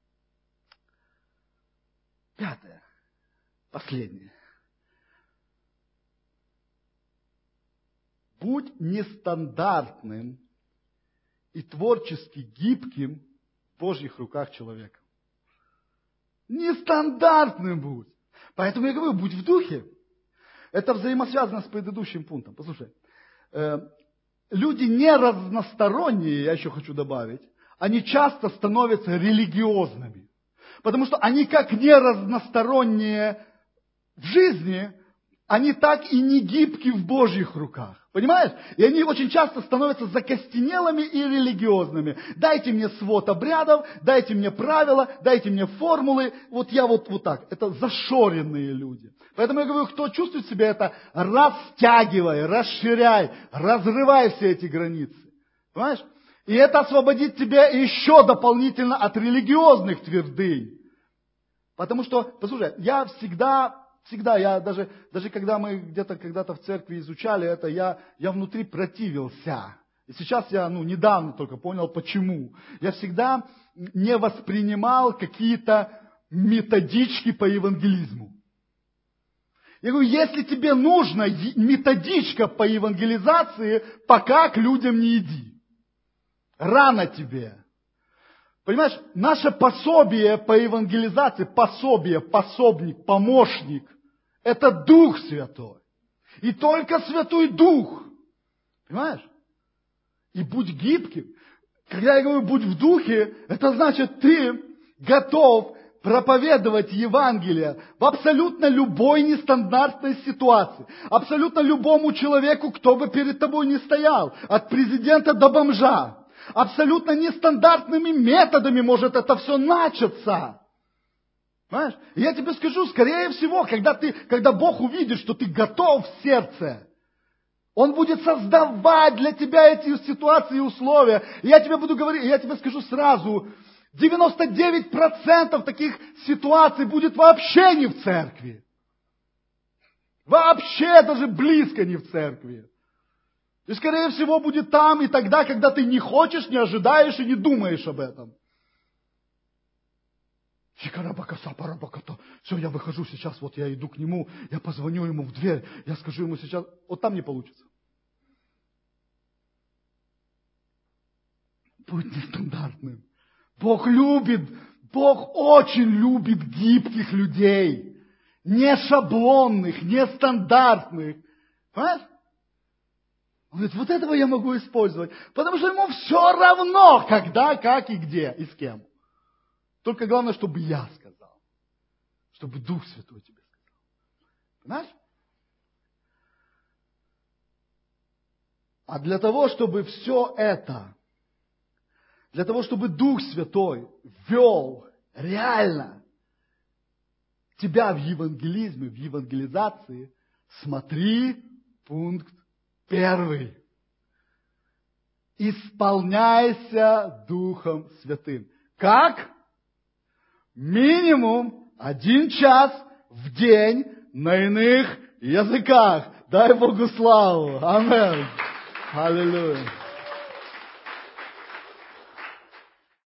Пятое. Последнее. Будь нестандартным и творчески гибким в Божьих руках человека. Нестандартным будь. Поэтому я говорю, будь в духе. Это взаимосвязано с предыдущим пунктом. Послушай, э, люди не разносторонние, я еще хочу добавить, они часто становятся религиозными. Потому что они как не разносторонние в жизни, они так и не гибки в Божьих руках. Понимаешь? И они очень часто становятся закостенелыми и религиозными. Дайте мне свод обрядов, дайте мне правила, дайте мне формулы. Вот я вот, вот так. Это зашоренные люди. Поэтому я говорю, кто чувствует себя это, растягивай, расширяй, разрывай все эти границы. Понимаешь? И это освободит тебя еще дополнительно от религиозных твердынь. Потому что, послушай, я всегда... Всегда, я даже, даже когда мы где-то когда-то в церкви изучали это, я, я внутри противился. И сейчас я, ну, недавно только понял, почему. Я всегда не воспринимал какие-то методички по евангелизму. Я говорю, если тебе нужна методичка по евангелизации, пока к людям не иди. Рано тебе. Понимаешь, наше пособие по евангелизации, пособие, пособник, помощник, это Дух Святой. И только Святой Дух. Понимаешь? И будь гибким. Когда я говорю, будь в духе, это значит, ты готов проповедовать Евангелие в абсолютно любой нестандартной ситуации. Абсолютно любому человеку, кто бы перед тобой не стоял. От президента до бомжа. Абсолютно нестандартными методами может это все начаться. Понимаешь? И я тебе скажу, скорее всего, когда, ты, когда Бог увидит, что ты готов в сердце, Он будет создавать для тебя эти ситуации и условия. И я тебе буду говорить, я тебе скажу сразу, девяносто девять процентов таких ситуаций будет вообще не в церкви. Вообще даже близко не в церкви. И скорее всего будет там и тогда, когда ты не хочешь, не ожидаешь и не думаешь об этом. Все, я выхожу сейчас, вот я иду к нему, я позвоню ему в дверь, я скажу ему сейчас, вот там не получится. Будь нестандартным. Бог любит, Бог очень любит гибких людей. Не шаблонных, не стандартных. Понимаешь? Он говорит, вот этого я могу использовать. Потому что ему все равно, когда, как и где, и с кем. Только главное, чтобы я сказал. Чтобы Дух Святой тебе сказал. Понимаешь? А для того, чтобы все это, для того, чтобы Дух Святой ввел реально тебя в евангелизме, в евангелизации, смотри пункт первый. Исполняйся Духом Святым. Как? Минимум один час в день на иных языках. Дай Богу славу. Аминь. Аллилуйя.